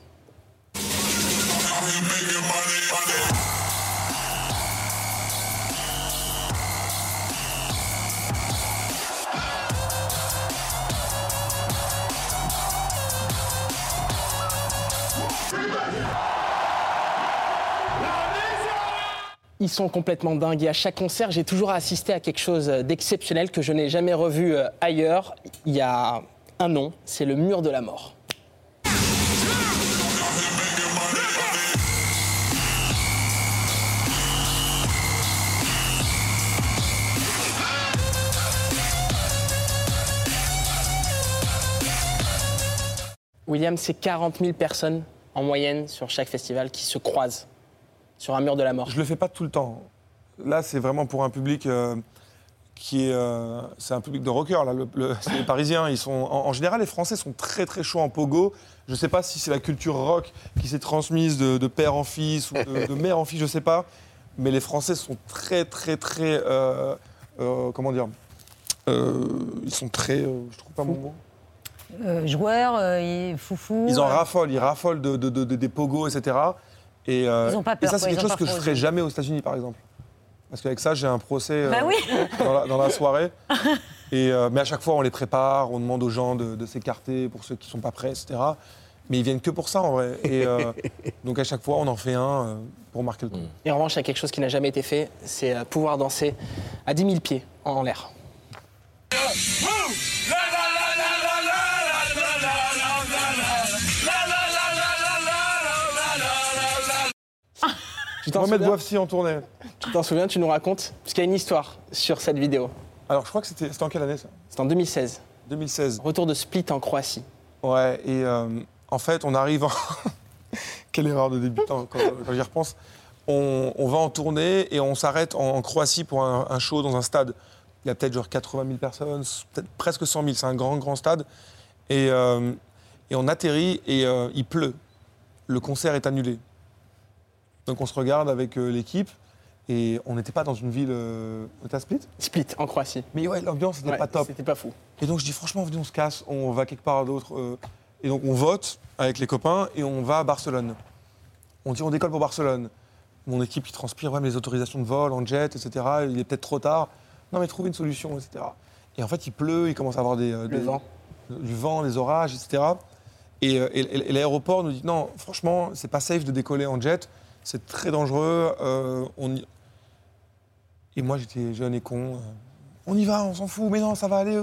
Ils sont complètement dingues et à chaque concert, j'ai toujours assisté à quelque chose d'exceptionnel que je n'ai jamais revu euh, ailleurs. Il y a un nom, c'est le mur de la mort. William, c'est quarante mille personnes en moyenne sur chaque festival qui se croisent sur un mur de la mort. Je le fais pas tout le temps. Là, c'est vraiment pour un public euh, qui est, euh, c'est un public de rockers, là, le, le, c'est les Parisiens. Ils sont, en, en général, les Français sont très très chauds en pogo. Je ne sais pas si c'est la culture rock qui s'est transmise de, de père en fils ou de, de mère en fille, je ne sais pas. Mais les Français sont très très très, euh, euh, comment dire, euh, ils sont très, euh, je trouve pas mon mot. Euh, joueurs, euh, foufou. Ils en euh, raffolent, ils raffolent de, de, de, de- des pogos, et cetera. Et, euh, Ils ont pas peur, et ça, c'est quoi, ils quelque ont chose pas que je peur. ferais jamais aux États-Unis, par exemple. Parce qu'avec ça, j'ai un procès euh, Bah oui. dans, la, dans la soirée. Et, euh, mais à chaque fois, on les prépare, on demande aux gens de, de s'écarter pour ceux qui ne sont pas prêts, et cetera. Mais ils viennent que pour ça, en vrai. Et euh, donc, à chaque fois, on en fait un euh, pour marquer le coup. Et en revanche, il y a quelque chose qui n'a jamais été fait, c'est euh, pouvoir danser à dix mille pieds en l'air. Tu t'en Mohamed souviens Bouafsi en tournée. Tu t'en souviens, tu nous racontes? Parce qu'il y a une histoire sur cette vidéo. Alors, je crois que c'était, c'était en quelle année, ça? C'était en deux mille seize. deux mille seize. Retour de Split en Croatie. Ouais, et euh, en fait, on arrive en... Quelle erreur de débutant, quand, quand j'y repense. On, on va en tournée et on s'arrête en, en Croatie pour un, un show dans un stade. Il y a peut-être genre quatre-vingt mille personnes, peut-être presque cent mille. C'est un grand, grand stade. Et, euh, et on atterrit et euh, il pleut. Le concert est annulé. Donc on se regarde avec euh, l'équipe et on n'était pas dans une ville... Euh... On était à Split Split, en Croatie. Mais ouais, l'ambiance n'était Ouais, pas top. C'était pas fou. Et donc je dis franchement, venez, on se casse, on va quelque part d'autre. euh. Et donc on vote avec les copains et on va à Barcelone. On dit on décolle pour Barcelone. Mon équipe qui transpire, ouais, mais les autorisations de vol en jet, et cetera. Il est peut-être trop tard. Non, mais trouvez une solution, et cetera. Et en fait, il pleut, il commence à avoir des, euh, Le des- vent. du vent, des orages, et cetera. Et, euh, et- et l'aéroport nous dit non, franchement, c'est pas safe de décoller en jet, c'est très dangereux. euh, on y- Et moi, j'étais jeune et con. euh, on y va, on s'en fout, mais non, ça va aller.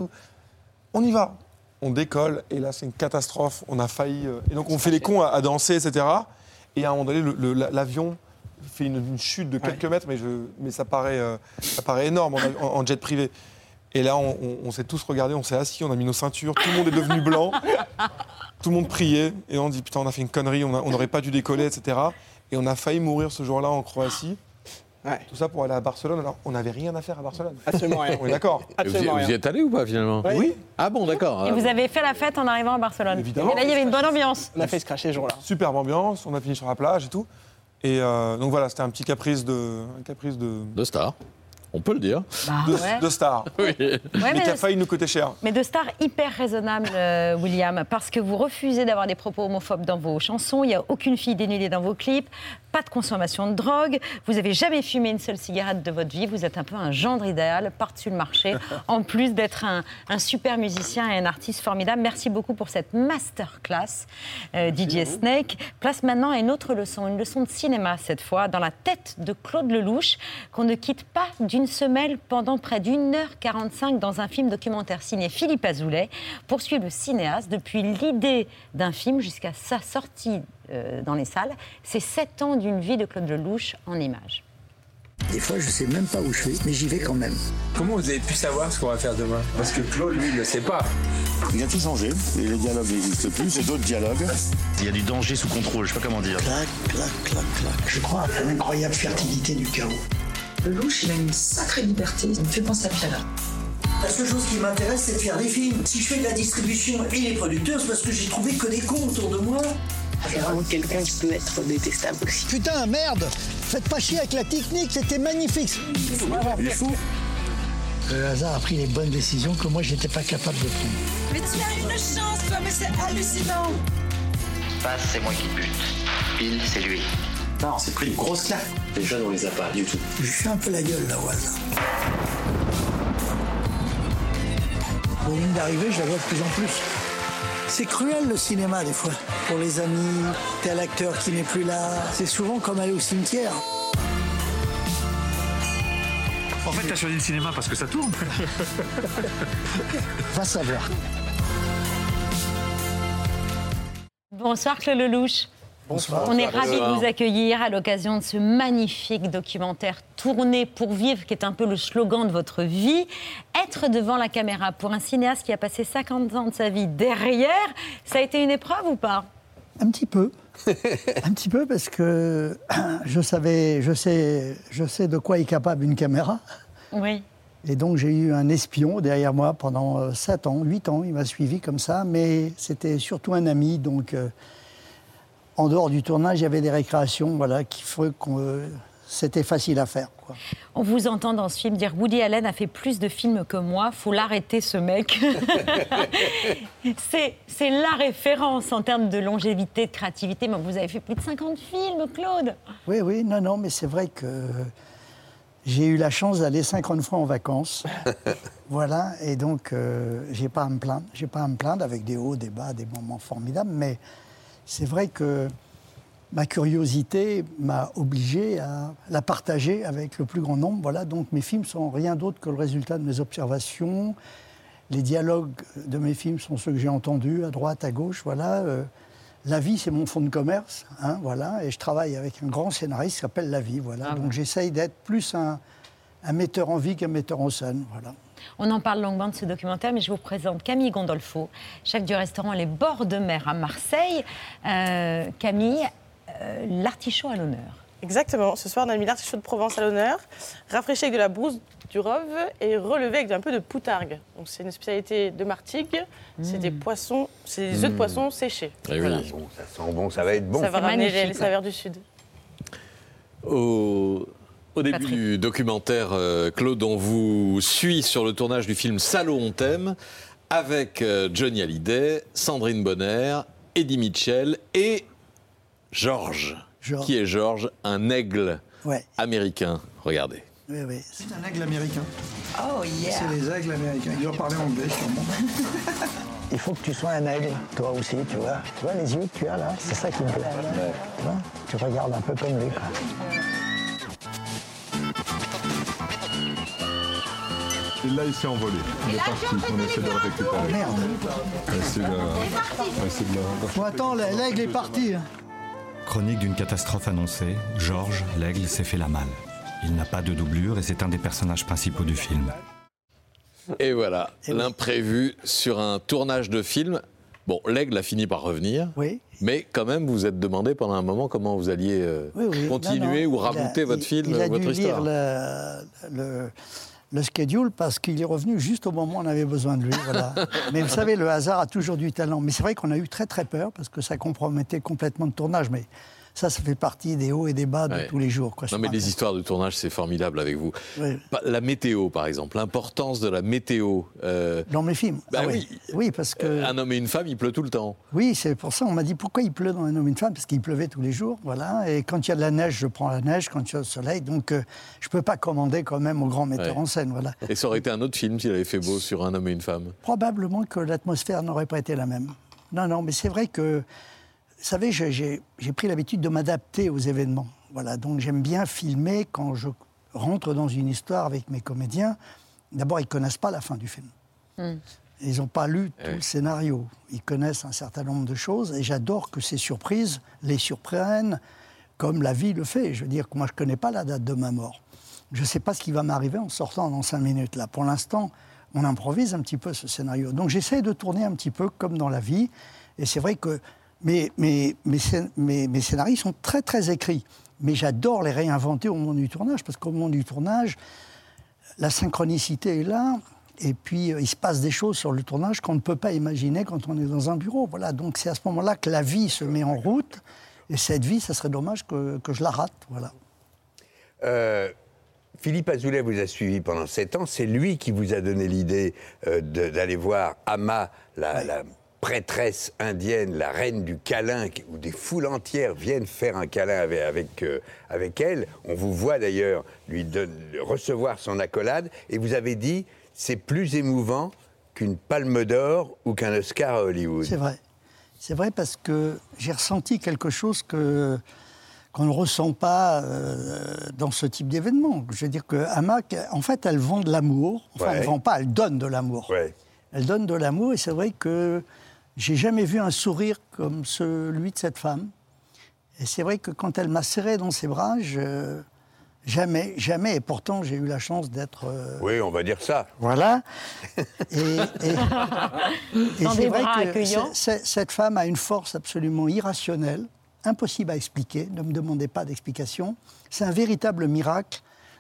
On y va. On décolle, et là, c'est une catastrophe. On a failli. euh, Et donc, on fait les cons à, à danser, et cetera. Et à un moment donné, le- le- la- l'avion fait une, une chute de quelques mètres, mais, je, mais ça, paraît, euh, ça paraît énorme en, en- en jet privé. Et là, on, on- on s'est tous regardés, on s'est assis, on a mis nos ceintures, tout le monde est devenu blanc, tout le monde priait, et on dit putain, on a fait une connerie, on n'aurait pas dû décoller, et cetera. Et on a failli mourir ce jour-là en Croatie. Tout ça pour aller à Barcelone. Alors, on n'avait rien à faire à Barcelone. Absolument rien. On est d'accord. Et Vous, y- vous y êtes allé ou pas finalement? Oui. Ah bon, d'accord. Et vous avez fait la fête en arrivant à Barcelone. Évidemment. Et là, il y avait une bonne ambiance. On a fait se cracher ce jour-là. Superbe ambiance, on a fini sur la plage et tout. Et euh, donc voilà, c'était un petit caprice de, un caprice de, De star. On peut le dire. Bah, de, ouais. de star. Oui. Ouais, mais mais qui a failli nous coûter cher. Mais de stars hyper raisonnables, euh, William, parce que vous refusez d'avoir des propos homophobes dans vos chansons, il n'y a aucune fille dénudée dans vos clips, pas de consommation de drogue, vous n'avez jamais fumé une seule cigarette de votre vie, vous êtes un peu un gendre idéal par-dessus le marché, en plus d'être un, un super musicien et un artiste formidable. Merci beaucoup pour cette masterclass, euh, D J Snake. Place maintenant à une autre leçon, une leçon de cinéma cette fois, dans la tête de Claude Lelouch, qu'on ne quitte pas d'une semelle pendant près d'une heure quarante-cinq dans un film documentaire signé Philippe Azoulay, poursuit le cinéaste depuis l'idée d'un film jusqu'à sa sortie euh, dans les salles. C'est sept ans d'une vie de Claude Lelouch en images. Des fois, je sais même pas où je suis, mais j'y vais quand même. Comment vous avez pu savoir ce qu'on va faire demain? Parce que Claude, lui, il ne le sait pas. Il a tout changé, et les dialogues n'existent plus, c'est d'autres dialogues. Il y a du danger sous contrôle, je sais pas comment dire. Clac, clac, clac, clac. Je crois à l'incroyable fertilité du chaos. Lelouch, il a une sacrée liberté. Ça me fait penser à Piala. La seule chose qui m'intéresse, c'est de faire des films. Si je fais de la distribution et les producteurs, c'est parce que j'ai trouvé que des cons autour de moi. C'est vraiment quelqu'un qui peut être détestable aussi. Putain, merde! Faites pas chier avec la technique, c'était magnifique! Il est fou! Le hasard a pris les bonnes décisions que moi, j'étais pas capable de prendre. Mais tu as une chance, toi, mais c'est hallucinant. Passe, c'est moi qui bute. Pile, c'est lui. Non, on s'est pris une grosse claque. Les jeunes, on les a pas du tout. Je fais un peu la gueule, là, au hasard. La ligne d'arrivée, je la vois de plus en plus. C'est cruel, le cinéma, des fois. Pour les amis, tel acteur qui n'est plus là. C'est souvent comme aller au cimetière. En fait, t'as choisi le cinéma parce que ça tourne. Va savoir. Bonsoir Claude Lelouch. Bonsoir. On est Bonsoir. ravis de vous accueillir à l'occasion de ce magnifique documentaire Tourner pour vivre, qui est un peu le slogan de votre vie. Être devant la caméra pour un cinéaste qui a passé cinquante ans de sa vie derrière, ça a été une épreuve ou pas? Un petit peu. Un petit peu parce que je savais, je sais, je sais de quoi est capable une caméra. Oui. Et donc j'ai eu un espion derrière moi pendant sept ans, huit ans, il m'a suivi comme ça, mais c'était surtout un ami, donc euh, en dehors du tournage, il y avait des récréations, voilà, qui feraient que euh, c'était facile à faire, quoi. On vous entend dans ce film dire Woody Allen a fait plus de films que moi, faut l'arrêter ce mec. c'est, c'est la référence en termes de longévité, de créativité, mais vous avez fait plus de cinquante films, Claude. Oui, oui, non, non, mais c'est vrai que j'ai eu la chance d'aller cinquante fois en vacances, voilà, et donc euh, j'ai pas à me plaindre, j'ai pas à me plaindre avec des hauts, des bas, des moments formidables, mais c'est vrai que ma curiosité m'a obligé à la partager avec le plus grand nombre, voilà, donc mes films sont rien d'autre que le résultat de mes observations, les dialogues de mes films sont ceux que j'ai entendus à droite, à gauche, voilà. Euh, La vie, c'est mon fonds de commerce, hein, voilà, et je travaille avec un grand scénariste qui s'appelle La Vie, voilà. Ah Donc ouais. j'essaye d'être plus un, un metteur en vie qu'un metteur en scène, voilà. On en parle longuement de ce documentaire, mais je vous présente Camille Gondolfo, chef du restaurant Les Bords de Mer à Marseille. Euh, Camille, euh, l'artichaut à l'honneur. Exactement. Ce soir, on a mis l'artichaut de Provence à l'honneur, rafraîchi avec de la brousse du Rove et relevé avec un peu de poutargue. Donc c'est une spécialité de Martigues. Mmh. C'est des poissons, c'est des mmh. œufs de poisson séchés. Et voilà. Oui, bon, ça sent bon, ça va être bon. Ça va ramener les, les saveurs du Sud. Au, au début Patrick. du documentaire, euh, Claude, on vous suit sur le tournage du film Salaud, on t'aime, avec euh, Johnny Hallyday, Sandrine Bonner, Eddie Mitchell et Georges. Georges. Qui est Georges, un aigle ouais. américain. Regardez. Oui, oui. C'est un aigle américain. Oh yeah. C'est les aigles américains. Il doit parler anglais, sûrement. Il faut que tu sois un aigle, toi aussi, tu vois. Tu vois les yeux que tu as là, c'est ça qui me plaît. Ouais. Tu vois, tu regardes un peu comme lui, quoi. Et là, il s'est envolé. Il est parti. On essaie de le récupérer. Merde. C'est de la... Bon, attends, l'aigle est parti. Chronique d'une catastrophe annoncée, Georges, l'aigle, s'est fait la malle. Il n'a pas de doublure et c'est un des personnages principaux du film. Et voilà, et l'imprévu oui. sur un tournage de film. Bon, l'aigle a fini par revenir, oui. mais quand même, vous êtes demandé pendant un moment comment vous alliez euh, oui, oui. continuer non, non. ou rabouter il a, votre il, film, il a votre dû histoire. Lire le, le, le schedule parce qu'il est revenu juste au moment où on avait besoin de lui. Voilà. Mais vous savez, le hasard a toujours du talent. Mais c'est vrai qu'on a eu très très peur parce que ça compromettait complètement le tournage. Mais ça, ça fait partie des hauts et des bas de ouais. tous les jours. Quoi, non, mais les histoires de tournage, c'est formidable avec vous. Oui. La météo, par exemple, l'importance de la météo. Euh... Dans mes films. Bah ah, oui. oui. oui, parce que. Un homme et une femme, il pleut tout le temps. Oui, c'est pour ça. On m'a dit pourquoi il pleut dans Un homme et une femme, parce qu'il pleuvait tous les jours, voilà. Et quand il y a de la neige, je prends la neige. Quand il y a le soleil, donc euh, je peux pas commander quand même au grand metteur ouais. en scène, voilà. Et ça aurait été un autre film s'il avait fait beau sur Un homme et une femme. Probablement que l'atmosphère n'aurait pas été la même. Non, non, mais c'est vrai que. Vous savez, j'ai, j'ai pris l'habitude de m'adapter aux événements. Voilà, donc j'aime bien filmer quand je rentre dans une histoire avec mes comédiens. D'abord, ils ne connaissent pas la fin du film. Mm. Ils n'ont pas lu tout oui. le scénario. Ils connaissent un certain nombre de choses et j'adore que ces surprises les surprennent comme la vie le fait. Je veux dire que moi, je ne connais pas la date de ma mort. Je ne sais pas ce qui va m'arriver en sortant dans cinq minutes. Là, pour l'instant, on improvise un petit peu ce scénario. Donc j'essaie de tourner un petit peu comme dans la vie. Et c'est vrai que Mes, mes, mes, mes, mes scénarios sont très, très écrits. Mais j'adore les réinventer au moment du tournage, parce qu'au moment du tournage, la synchronicité est là, et puis euh, il se passe des choses sur le tournage qu'on ne peut pas imaginer quand on est dans un bureau. Voilà. Donc c'est à ce moment-là que la vie se met en route, et cette vie, ça serait dommage que, que je la rate. Voilà. Euh... Philippe Azoulay vous a suivi pendant sept ans. C'est lui qui vous a donné l'idée euh, de, d'aller voir Amma, la... Ouais. la prêtresse indienne, la reine du câlin, où des foules entières viennent faire un câlin avec, avec, euh, avec elle. On vous voit d'ailleurs lui donne, recevoir son accolade. Et vous avez dit, c'est plus émouvant qu'une palme d'or ou qu'un Oscar à Hollywood. C'est vrai. C'est vrai parce que j'ai ressenti quelque chose que, qu'on ne ressent pas euh, dans ce type d'événement. Je veux dire que Amma, en fait, elle vend de l'amour. Enfin, ouais. elle ne vend pas, elle donne de l'amour. Ouais. Elle donne de l'amour et c'est vrai que j'ai jamais vu un sourire comme celui de cette femme. Et c'est vrai que quand elle m'a serré dans ses bras, je... jamais, jamais. Et pourtant, j'ai eu la chance d'être... Euh... Oui, on va dire ça. Voilà. Et, et, et c'est vrai que c'est, cette femme a une force absolument irrationnelle, impossible à expliquer. Ne me demandez pas d'explication. C'est un véritable miracle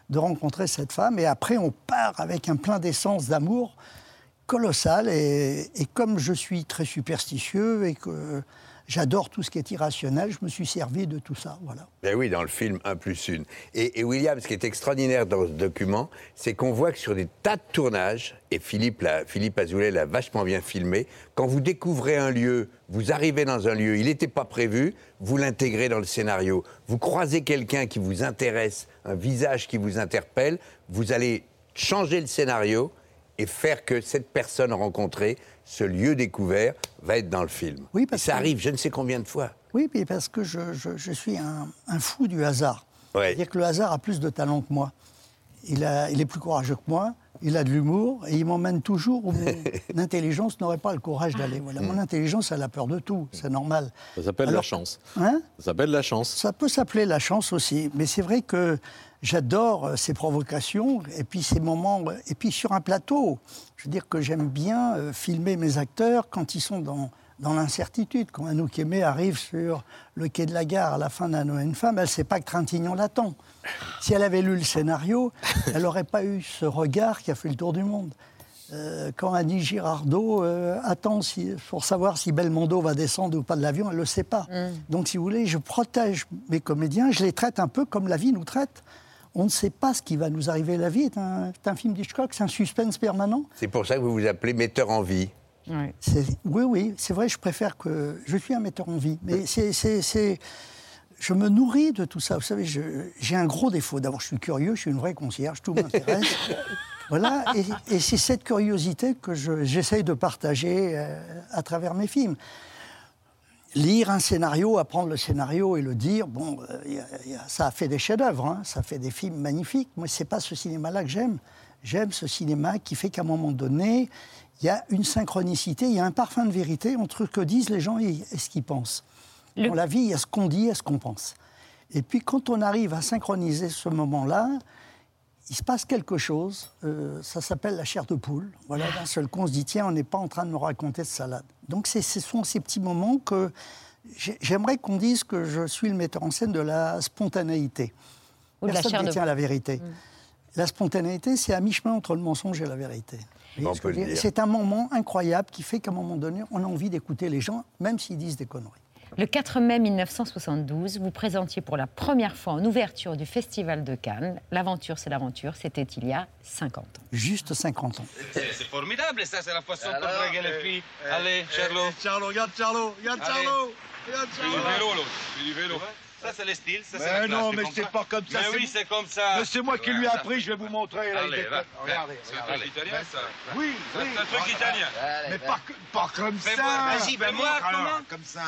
de rencontrer cette femme. Et après, on part avec un plein d'essence, d'amour colossal. Et, et comme je suis très superstitieux et que j'adore tout ce qui est irrationnel, je me suis servi de tout ça, voilà. Ben oui, dans le film un plus une. Et, et William, ce qui est extraordinaire dans ce document, c'est qu'on voit que sur des tas de tournages, et Philippe, l'a, Philippe Azoulay l'a vachement bien filmé, quand vous découvrez un lieu, vous arrivez dans un lieu, il n'était pas prévu, vous l'intégrez dans le scénario. Vous croisez quelqu'un qui vous intéresse, un visage qui vous interpelle, vous allez changer le scénario et faire que cette personne rencontrée, ce lieu découvert, va être dans le film. Oui, parce et ça que... arrive je ne sais combien de fois. Oui, mais parce que je, je, je suis un, un fou du hasard. Ouais. C'est-à-dire que le hasard a plus de talent que moi. Il, a, il est plus courageux que moi, il a de l'humour, et il m'emmène toujours où mon intelligence n'aurait pas le courage d'aller. Voilà. Mon intelligence, elle a peur de tout, c'est normal. Ça s'appelle Alors, la chance. Hein Ça s'appelle la chance. Ça peut s'appeler la chance aussi, mais c'est vrai que j'adore ces provocations, et puis ces moments, et puis sur un plateau, je veux dire que j'aime bien filmer mes acteurs quand ils sont dans, dans l'incertitude. Quand Anouk Aimée arrive sur le quai de la gare à la fin d'Un homme et une femme, elle ne sait pas que Trintignant l'attend. Si elle avait lu le scénario, elle n'aurait pas eu ce regard qui a fait le tour du monde. Euh, quand Annie Girardot euh, attend si, pour savoir si Belmondo va descendre ou pas de l'avion, elle ne le sait pas. Mm. Donc, si vous voulez, je protège mes comédiens, je les traite un peu comme la vie nous traite. On ne sait pas ce qui va nous arriver. La vie est un, est un film d'Hitchcock, c'est un suspense permanent. C'est pour ça que vous vous appelez metteur en vie. Oui, c'est, oui, oui, c'est vrai, je préfère que... Je suis un metteur en vie, mais c'est... c'est, c'est je me nourris de tout ça. Vous savez, je, j'ai un gros défaut. D'abord, je suis curieux, je suis une vraie concierge, tout m'intéresse. Voilà, et, et c'est cette curiosité que je, j'essaye de partager euh, à travers mes films. Lire un scénario, apprendre le scénario et le dire, bon, euh, y a, y a, ça a fait des chefs-d'œuvre, hein, ça fait des films magnifiques. Moi, c'est pas ce cinéma-là que j'aime. J'aime ce cinéma qui fait qu'à un moment donné, il y a une synchronicité, il y a un parfum de vérité entre ce que disent les gens et, et ce qu'ils pensent. Le... Dans la vie, il y a ce qu'on dit et ce qu'on pense. Et puis, quand on arrive à synchroniser ce moment-là, il se passe quelque chose, euh, ça s'appelle la chair de poule. Voilà, d'un seul coup, on se dit, tiens, on n'est pas en train de me raconter de salade. Donc, c'est, ce sont ces petits moments que j'aimerais qu'on dise que je suis le metteur en scène de la spontanéité. Ou de Personne la chair ne de tient poule. la vérité. Mmh. La spontanéité, c'est à mi-chemin entre le mensonge et la vérité. On peut le dire. C'est un moment incroyable qui fait qu'à un moment donné, on a envie d'écouter les gens, même s'ils disent des conneries. Le quatre mai mille neuf cent soixante-douze, vous présentiez pour la première fois en ouverture du Festival de Cannes. L'aventure, c'est l'aventure. C'était il y a cinquante ans. Juste cinquante ans. C'est, c'est formidable, ça, c'est la façon pour draguer les filles. Eh, Allez, eh, Charlot. Eh, Charlot, regarde Charlot, regarde Allez. Charlot. Regarde C'est du Charlot. vélo, là. C'est du vélo. Ça, c'est le style, ça, c'est Mais la classe. non, tu mais comprends? c'est pas comme ça. Mais oui, c'est comme ça. Mais c'est moi qui Ouais, lui ai ça. appris, je vais vous montrer. Là, il Allez, est- va. Regardez, C'est un regardez. truc italien, ça. Oui, C'est oui. un truc italien. Mais pas, que- pas comme Fais ça. voir, vas-y, ben moi, Alors, comment? Comme ça.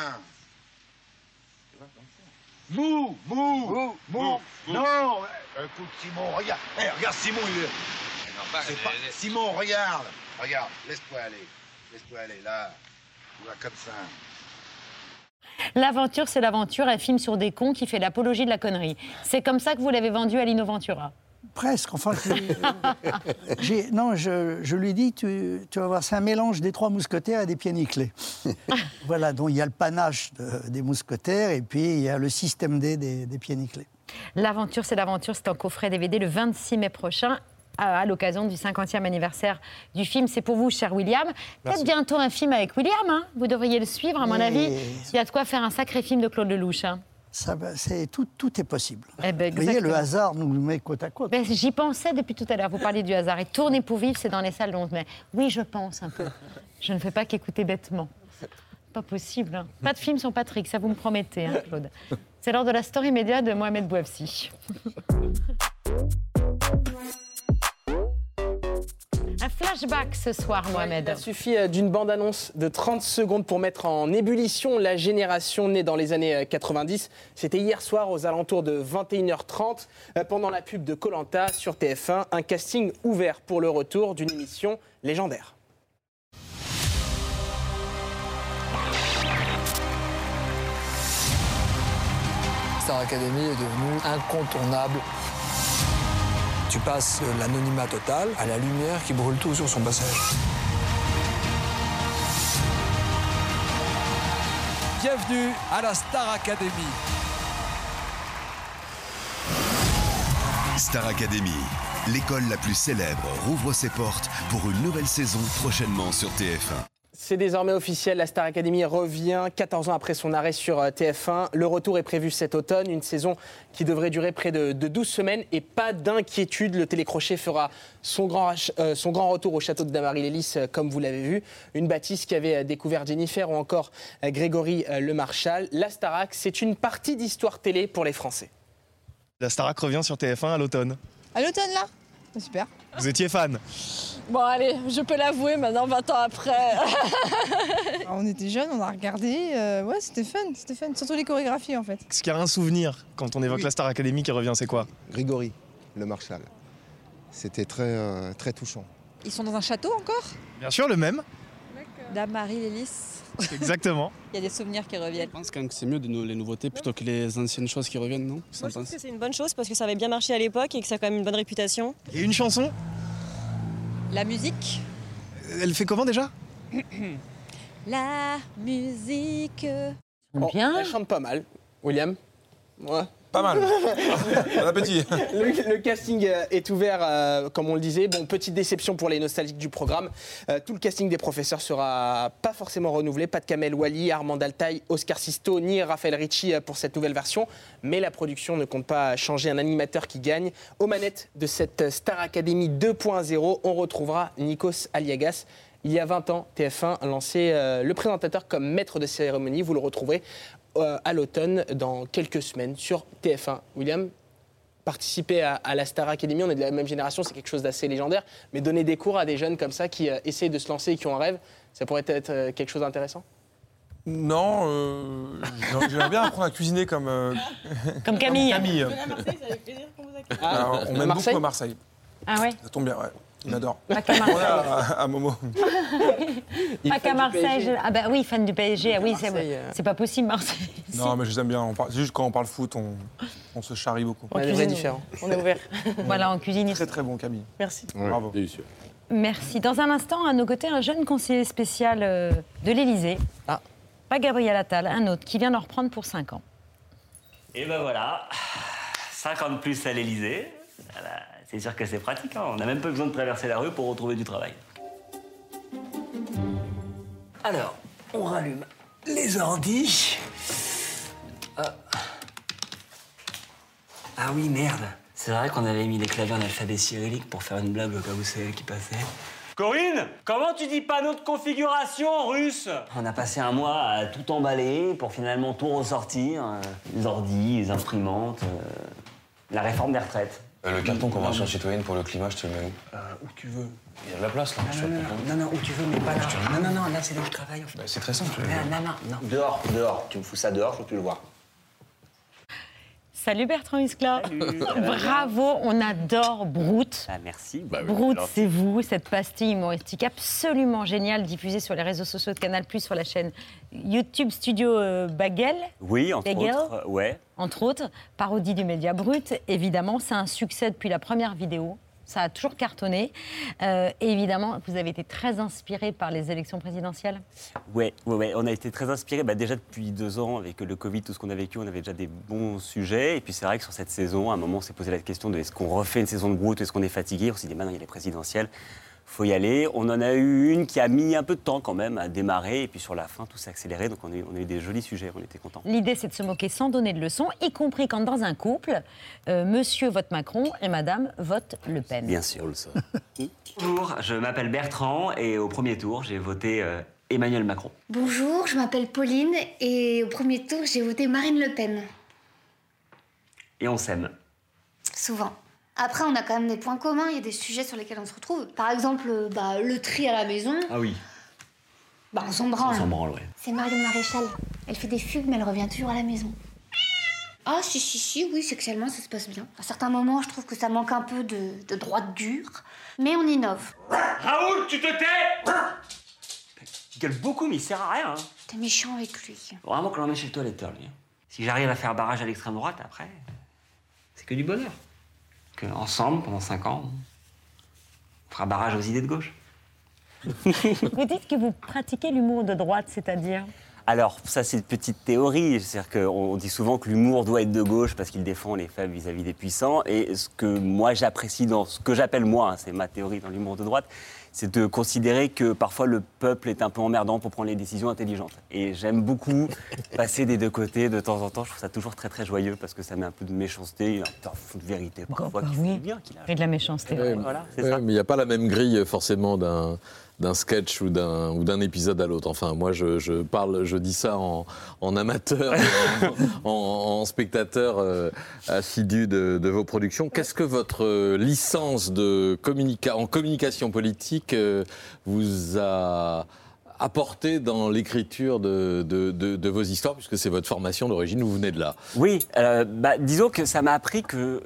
Mou, mou, mou, mou. Non, euh, écoute Simon, regarde. Eh, regarde Simon, il est... Non, pas- C'est pas... Simon, regarde. Regarde, laisse-toi aller. Laisse-toi aller, là. Tu vas comme ça. L'aventure, c'est l'aventure, un film sur des cons qui fait l'apologie de la connerie. C'est comme ça que vous l'avez vendu à Lino Ventura. Presque. Enfin, j'ai, j'ai- non, je, je lui dis, tu, tu vas voir, c'est un mélange des Trois Mousquetaires et des Pieds nickelés. Voilà, donc il y a le panache de- des Mousquetaires et puis il y a le système D des, des Pieds nickelés. L'aventure, c'est l'aventure, c'est en coffret D V D le vingt-six mai prochain, à, à l'occasion du cinquantième anniversaire du film. C'est pour vous, cher William. Peut-être bientôt un film avec William, hein. Vous devriez le suivre, à mon Mais- avis. Il y a de quoi faire un sacré film de Claude Lelouch. Hein. Ça, va- c'est, tout, tout est possible. Eh ben, Vous voyez, le exactement. hasard nous met côte à côte. Ben, j'y pensais depuis tout à l'heure. Vous parliez du hasard. Et Tourner pour vivre, c'est dans les salles de onze mai. Oui, je pense un peu. Je ne fais pas qu'écouter bêtement. Pas possible. Hein. Pas de film sur Patrick, ça vous me promettez, hein, Claude. C'est l'heure de la story média de Mohamed Bouafsi. Un flashback ce soir, Mohamed. Il a suffi euh, d'une bande-annonce de trente secondes pour mettre en ébullition la génération née dans les années euh, quatre-vingt-dix. C'était hier soir aux alentours de vingt et une heures trente, euh, pendant la pub de Koh Lanta sur T F un, un casting ouvert pour le retour d'une émission légendaire. Star Academy est devenue incontournable. Tu passes de l'anonymat total à la lumière qui brûle tout sur son passage. Bienvenue à la Star Academy. Star Academy, l'école la plus célèbre, rouvre ses portes pour une nouvelle saison prochainement sur T F un. C'est désormais officiel, la Star Academy revient quatorze ans après son arrêt sur T F un. Le retour est prévu cet automne, une saison qui devrait durer près de, de douze semaines. Et pas d'inquiétude, le télécrochet fera son grand, euh, son grand retour au château de Damary-les-Lys, euh, comme vous l'avez vu. Une bâtisse qui avait découvert Jennifer ou encore euh, Grégory euh, Le Marchal. La Starac, c'est une partie d'histoire télé pour les Français. La Starac revient sur T F un à l'automne. À l'automne, là ? Super. Vous étiez fan ? Bon, allez, je peux l'avouer, maintenant, vingt ans après. On était jeunes, on a regardé. Euh, ouais, c'était fun, c'était fun. Surtout les chorégraphies, en fait. Est-ce qu'il y a un souvenir quand on évoque oui. la Star Academy qui revient, c'est quoi ? Grégory Le Marchal. C'était très, euh, très touchant. Ils sont dans un château encore ? Bien sûr, le même. Damary-les-Lys. Exactement. Il y a des souvenirs qui reviennent. Je pense quand même que c'est mieux de nous, les nouveautés plutôt que les anciennes choses qui reviennent, non ? Moi, je pense que c'est une bonne chose parce que ça avait bien marché à l'époque et que ça a quand même une bonne réputation. Et une chanson ? La musique. Elle fait comment déjà ? La musique. Oh, bien. Elle chante pas mal. William ? Ouais. Pas mal. Bon appétit. Le, le casting est ouvert, euh, comme on le disait. Bon, petite déception pour les nostalgiques du programme. Euh, tout le casting des professeurs sera pas forcément renouvelé. Pas de Kamel Wally, Armand Altaï, Oscar Sisto, ni Raphaël Ricci pour cette nouvelle version. Mais la production ne compte pas changer un animateur qui gagne. Aux manettes de cette Star Academy deux point zéro, on retrouvera Nikos Aliagas. Il y a vingt ans, T F un lançait euh, le présentateur comme maître de cérémonie. Vous le retrouverez euh, à l'automne, dans quelques semaines, sur T F un. William, participer à, à la Star Academy, on est de la même génération, c'est quelque chose d'assez légendaire. Mais donner des cours à des jeunes comme ça qui euh, essayent de se lancer et qui ont un rêve, ça pourrait être euh, quelque chose d'intéressant ? Non, euh, j'aimerais bien apprendre à cuisiner comme... Euh, comme Camille. Comme Camille. À Marseille, ça avec plaisir qu'on vous accueille. Ah, Alors, on m'aime beaucoup à Marseille. Ah ouais ? Ça tombe bien, ouais. Il adore. Pas qu'à Marseille. À, à Momo. Pas qu'à Marseille. Je... Ah bah oui, fan du P S G. Ah oui, c'est euh... pas possible Marseille. Non, mais je les aime bien. On parle... Juste quand on parle foot, on, on se charrie beaucoup. On est différent. On est ouvert. Voilà, en cuisine. Très très bon, Camille. Merci. Ouais, bravo. Délicieux. Merci. Dans un instant, à nos côtés, un jeune conseiller spécial euh, de l'Élysée. Ah. Pas Gabriel Attal, un autre qui vient d'en reprendre pour cinq ans. Et ben voilà, cinq ans de plus à l'Élysée. C'est sûr que c'est pratique, hein. On n'a même pas besoin de traverser la rue pour retrouver du travail. Alors, on rallume les ordis. Ah, ah oui, merde. C'est vrai qu'on avait mis les claviers en alphabet cyrillique pour faire une blague au cas où c'est elle qui passait. Corinne, comment tu dis panneau de configuration en russe ? On a passé un mois à tout emballer pour finalement tout ressortir. Euh, les ordis, les imprimantes, euh, la réforme des retraites. Euh, le carton convention citoyenne pour le climat, je te le mets où ? euh, Où tu veux. Il y a de la place, là. Non, non, non, non, non, où tu veux, mais pas là. Non, non, non, là, c'est là où je travaille. En fait. Bah, c'est très simple. Non, non, non, non. Dehors, dehors. Tu me fous ça dehors, je peux plus le voir. Salut Bertrand Huskla. Bravo, on adore Brut. Ah, merci. Bah oui, Brut, c'est vous, cette pastille humoristique absolument géniale diffusée sur les réseaux sociaux de Canal+, sur la chaîne YouTube Studio euh, Bagel. Oui, entre Bagel, autres, euh, ouais. Entre autres, parodie du média Brut. Évidemment, c'est un succès depuis la première vidéo. Ça a toujours cartonné. Euh, et évidemment, vous avez été très inspiré par les élections présidentielles. Oui, ouais, ouais. On a été très inspiré. Bah, déjà depuis deux ans, avec le Covid, tout ce qu'on a vécu, on avait déjà des bons sujets. Et puis c'est vrai que sur cette saison, à un moment, on s'est posé la question de est-ce qu'on refait une saison de Brut, est-ce qu'on est fatigué ? On s'est dit, maintenant, il y a les présidentielles. Faut y aller. On en a eu une qui a mis un peu de temps quand même à démarrer. Et puis sur la fin, tout s'est accéléré. Donc on a, eu, on a eu des jolis sujets. On était contents. L'idée, c'est de se moquer sans donner de leçons, y compris quand dans un couple, euh, monsieur vote Macron et madame vote Le Pen. Bien sûr. Bonjour, je m'appelle Bertrand et au premier tour, j'ai voté euh, Emmanuel Macron. Bonjour, je m'appelle Pauline et au premier tour, j'ai voté Marine Le Pen. Et on s'aime. Souvent. Après, on a quand même des points communs, il y a des sujets sur lesquels on se retrouve. Par exemple, bah, le tri à la maison. Ah oui. Bah, on s'en branle. On s'en branle, oui. C'est Marion Maréchal. Elle fait des fugues, mais elle revient toujours à la maison. Ah, si, si, si, oui, sexuellement, ça se passe bien. À certains moments, je trouve que ça manque un peu de, de droite dure, mais on innove. Raoul, tu te tais! Il gueule beaucoup, mais il sert à rien. Hein. T'es méchant avec lui. Vraiment que l'emmène chez le toiletteur, lui. Si j'arrive à faire barrage à l'extrême droite, après, c'est que du bonheur. Que ensemble, pendant cinq ans, on fera barrage aux idées de gauche. Vous dites que vous pratiquez l'humour de droite, c'est-à-dire ? Alors, ça, c'est une petite théorie. C'est-à-dire qu'on dit souvent que l'humour doit être de gauche parce qu'il défend les faibles vis-à-vis des puissants. Et ce que moi, j'apprécie dans ce que j'appelle moi, hein, c'est ma théorie dans l'humour de droite, c'est de considérer que parfois le peuple est un peu emmerdant pour prendre les décisions intelligentes. Et j'aime beaucoup passer des deux côtés de temps en temps. Je trouve ça toujours très, très joyeux parce que ça met un peu de méchanceté, un peu de vérité parfois bah, qui oui. fait bien. Qu'il a... Et de la méchanceté. Ouais, voilà, c'est ouais, ça. mais il n'y a pas la même grille forcément d'un d'un sketch ou d'un ou d'un épisode à l'autre. Enfin, moi, je, je parle, je dis ça en, en amateur, en, en, en spectateur euh, assidu de, de vos productions. Qu'est-ce que votre euh, licence de communica- en communication politique euh, vous a apporté dans l'écriture de, de, de, de vos histoires, puisque c'est votre formation d'origine, vous venez de là? Oui, euh, bah, disons que ça m'a appris que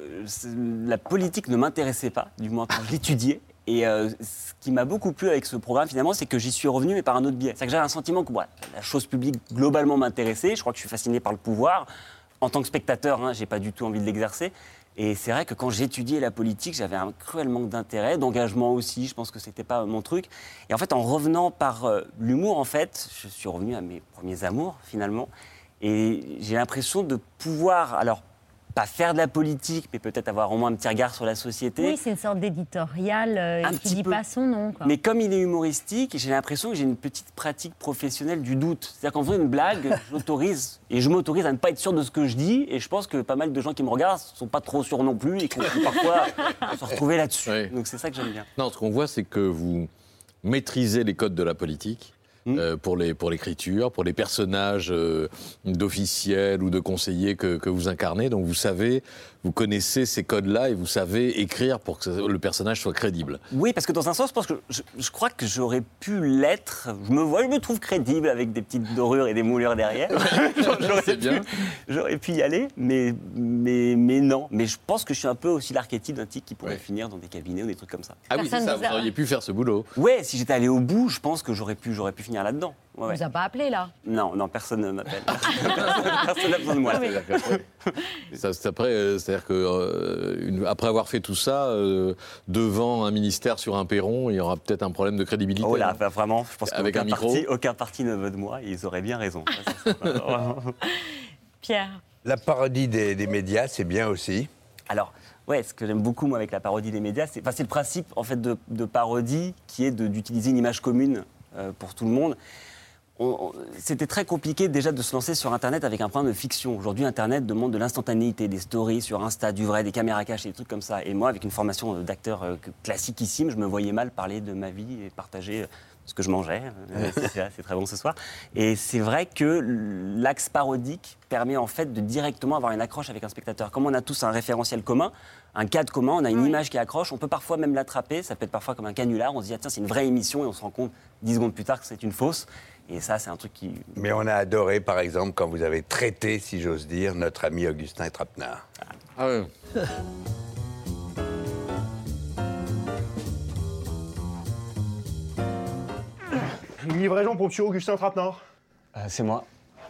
la politique ne m'intéressait pas, du moins quand je l'étudiais. Et euh, ce qui m'a beaucoup plu avec ce programme, finalement, c'est que j'y suis revenu, mais par un autre biais. C'est que j'avais un sentiment que voilà, la chose publique, globalement, m'intéressait. Je crois que je suis fasciné par le pouvoir. En tant que spectateur, hein, je n'ai pas du tout envie de l'exercer. Et c'est vrai que quand j'étudiais la politique, j'avais un cruel manque d'intérêt, d'engagement aussi. Je pense que ce n'était pas mon truc. Et en fait, en revenant par euh, l'humour, en fait, je suis revenu à mes premiers amours, finalement. Et j'ai l'impression de pouvoir... alors pas faire de la politique, mais peut-être avoir au moins un petit regard sur la société. Oui, c'est une sorte d'éditorial euh, qui ne dit peu. pas son nom. Quoi. Mais comme il est humoristique, j'ai l'impression que j'ai une petite pratique professionnelle du doute. C'est-à-dire qu'en faisant une blague, j'autorise, et je m'autorise à ne pas être sûr de ce que je dis, et je pense que pas mal de gens qui me regardent ne sont pas trop sûrs non plus, et qu'on peut parfois se retrouver là-dessus. Oui. Donc c'est ça que j'aime bien. Non, ce qu'on voit, c'est que vous maîtrisez les codes de la politique. Euh, pour, les, pour l'écriture, pour les personnages euh, d'officiels ou de conseillers que, que vous incarnez. Donc vous savez, vous connaissez ces codes-là et vous savez écrire pour que le personnage soit crédible. Oui, parce que dans un sens, je pense que je, je crois que j'aurais pu l'être. Je me vois, je me trouve crédible avec des petites dorures et des moulures derrière. j'aurais, C'est pu, bien. j'aurais pu y aller, mais, mais, mais non. Mais je pense que je suis un peu aussi l'archétype d'un type qui pourrait Ouais. finir dans des cabinets ou des trucs comme ça. Ah oui, c'est ça, vous auriez pu faire ce boulot. Ouais, si j'étais allé au bout, je pense que j'aurais pu, j'aurais pu finir là-dedans. Ouais, On ouais. vous a pas appelé, là? Non, non, personne ne m'appelle. Personne n'a besoin de moi. Ah oui. C'est-à-dire qu'après- ça, c'est après, euh, c'est-à-dire que euh, une- après avoir fait tout ça, euh, devant un ministère sur un perron, il y aura peut-être un problème de crédibilité. Oh là, non bah, vraiment, je pense Avec qu'aucun un micro. parti, aucun parti ne veut de moi, et ils auraient bien raison. Ça, c'est sympa. Pierre? La parodie des, des médias, c'est bien aussi. Alors, ouais, ce que j'aime beaucoup moi avec la parodie des médias, c'est, enfin, c'est le principe en fait de, de parodie qui est de- d'utiliser une image commune euh, pour tout le monde. On- on- c'était très compliqué déjà de se lancer sur Internet avec un programme de fiction. Aujourd'hui, Internet demande de l'instantanéité, des stories sur Insta, du vrai, des caméras cachées, des trucs comme ça. Et moi, avec une formation euh, d'acteur euh, classiquissime, je me voyais mal parler de ma vie et partager euh, ce que je mangeais. Euh, c'est, c'est- c'est très bon ce soir. Et c'est vrai que l'axe parodique permet en fait de directement avoir une accroche avec un spectateur. Comme on a tous un référentiel commun, un cadre commun, on a une image qui accroche, on peut parfois même l'attraper, ça peut être parfois comme un canular, on se dit ah, tiens c'est une vraie émission et on se rend compte dix secondes plus tard que c'est une fausse. Et ça c'est un truc qui... Mais on a adoré, par exemple, quand vous avez traité, si j'ose dire, notre ami Augustin Trapenard. Ah ouais. Une livraison pour M. Augustin Trapenard. Euh, c'est moi.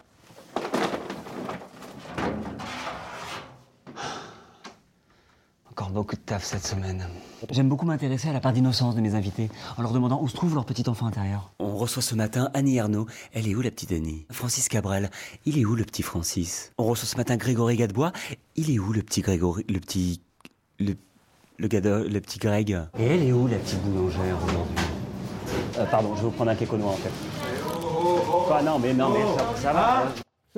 Encore beaucoup de taf cette semaine. J'aime beaucoup m'intéresser à la part d'innocence de mes invités, en leur demandant où se trouve leur petit enfant intérieur. On reçoit ce matin Annie Ernaux. Elle est où la petite Annie? Francis Cabrel. Il est où le petit Francis? On reçoit ce matin Grégory Gadebois. Il est où le petit Grégory? Le petit... Le... Le, gado... le petit Greg. Et elle est où la petite boulangère aujourd'hui? euh, Pardon, je vais vous prendre un kékonois en fait. Quoi, non mais non mais ça, ça va.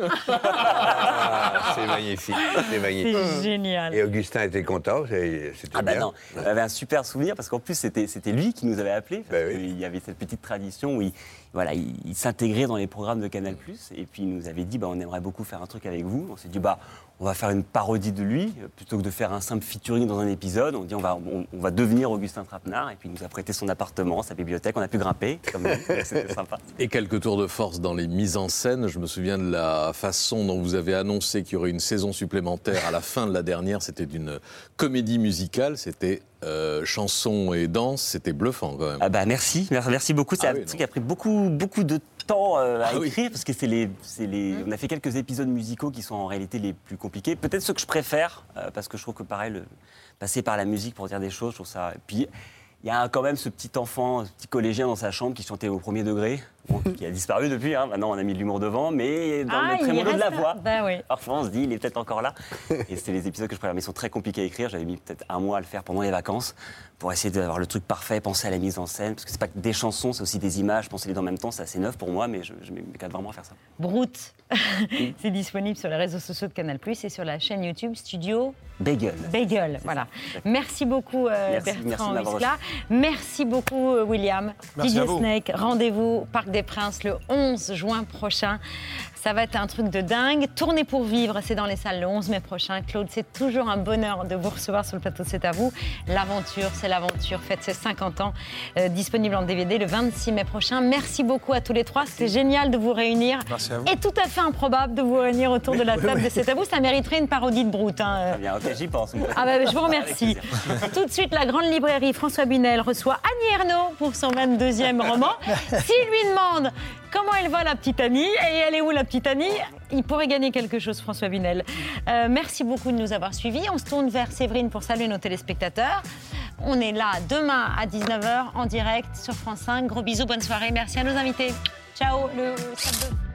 Ah, c'est magnifique, c'est magnifique. C'est génial. Et Augustin était content, c'est- c'était Ah bah bien. non, on avait un super souvenir parce qu'en plus c'était, c'était lui qui nous avait appelés. Parce qu'il y avait cette petite tradition où il, voilà, il, il s'intégrait dans les programmes de Canal+. Et puis il nous avait dit bah, on aimerait beaucoup faire un truc avec vous. On s'est dit bah on va faire une parodie de lui plutôt que de faire un simple featuring dans un épisode. On dit on va, on, on va devenir Augustin Trapenard. Et puis il nous a prêté son appartement, sa bibliothèque. On a pu grimper comme lui. C'était sympa. Et quelques tours de force dans les mises en scène. Je me souviens de la façon dont vous avez annoncé qu'il y aurait une saison supplémentaire à la fin de la dernière. C'était une comédie musicale, c'était euh, chanson et danse, c'était bluffant quand même. Ah bah merci, merci, merci beaucoup. C'est Ah un oui, truc non. qui a pris beaucoup, beaucoup de temps euh, à Ah oui. écrire parce que c'est les, c'est les, on a fait quelques épisodes musicaux qui sont en réalité les plus compliqués. Peut-être ceux que je préfère euh, parce que je trouve que pareil, le, passer par la musique pour dire des choses, je trouve ça. Et puis il y a quand même ce petit enfant, ce petit collégien dans sa chambre qui chantait au premier degré. bon, qui a disparu depuis. Hein. Maintenant, on a mis de l'humour devant, mais dans Ah, le il trémolo de la reste- voix, Bah oui. parfois on se dit, il est peut-être encore là. Et c'était les épisodes que je préfère, mais ils sont très compliqués à écrire. J'avais mis peut-être un mois à le faire pendant les vacances pour essayer d'avoir le truc parfait, penser à la mise en scène, parce que c'est pas que des chansons, c'est aussi des images, penser les deux en même temps, c'est assez neuf pour moi, mais je, je m'éclate vraiment à faire ça. Brut, c'est disponible sur les réseaux sociaux de Canal+, et sur la chaîne YouTube Studio Bagel. Bagel. Voilà. Merci beaucoup euh, Merci, merci Bertrand de m'avoir Huskla. Merci beaucoup euh, William. Merci D J à vous. Snake, rendez-vous Parc des Princes le onze juin prochain. Ça va être un truc de dingue. Tournez pour vivre, c'est dans les salles le onze mai prochain. Claude, c'est toujours un bonheur de vous recevoir sur le plateau C'est à vous. L'aventure, c'est l'aventure. Faites ses cinquante ans. Euh, disponible en D V D le vingt-six mai prochain. Merci beaucoup à tous les trois. C'était génial de vous réunir. Merci à vous. Et tout à fait improbable de vous réunir autour de la table de C'est à vous. Ça mériterait une parodie de Brut. Hein. Très bien, ok, j'y pense. Ah bah, je vous remercie. Tout de suite, la grande librairie François Bunel reçoit Annie Ernaux pour son vingt-deuxième roman. S'il lui demande comment elle va la petite Annie et elle est où la petite Annie, il pourrait gagner quelque chose, François Bunel. Euh, merci beaucoup de nous avoir suivis. On se tourne vers Séverine pour saluer nos téléspectateurs. On est là demain à dix-neuf heures en direct sur France cinq. Gros bisous, bonne soirée. Merci à nos invités. Ciao. Le...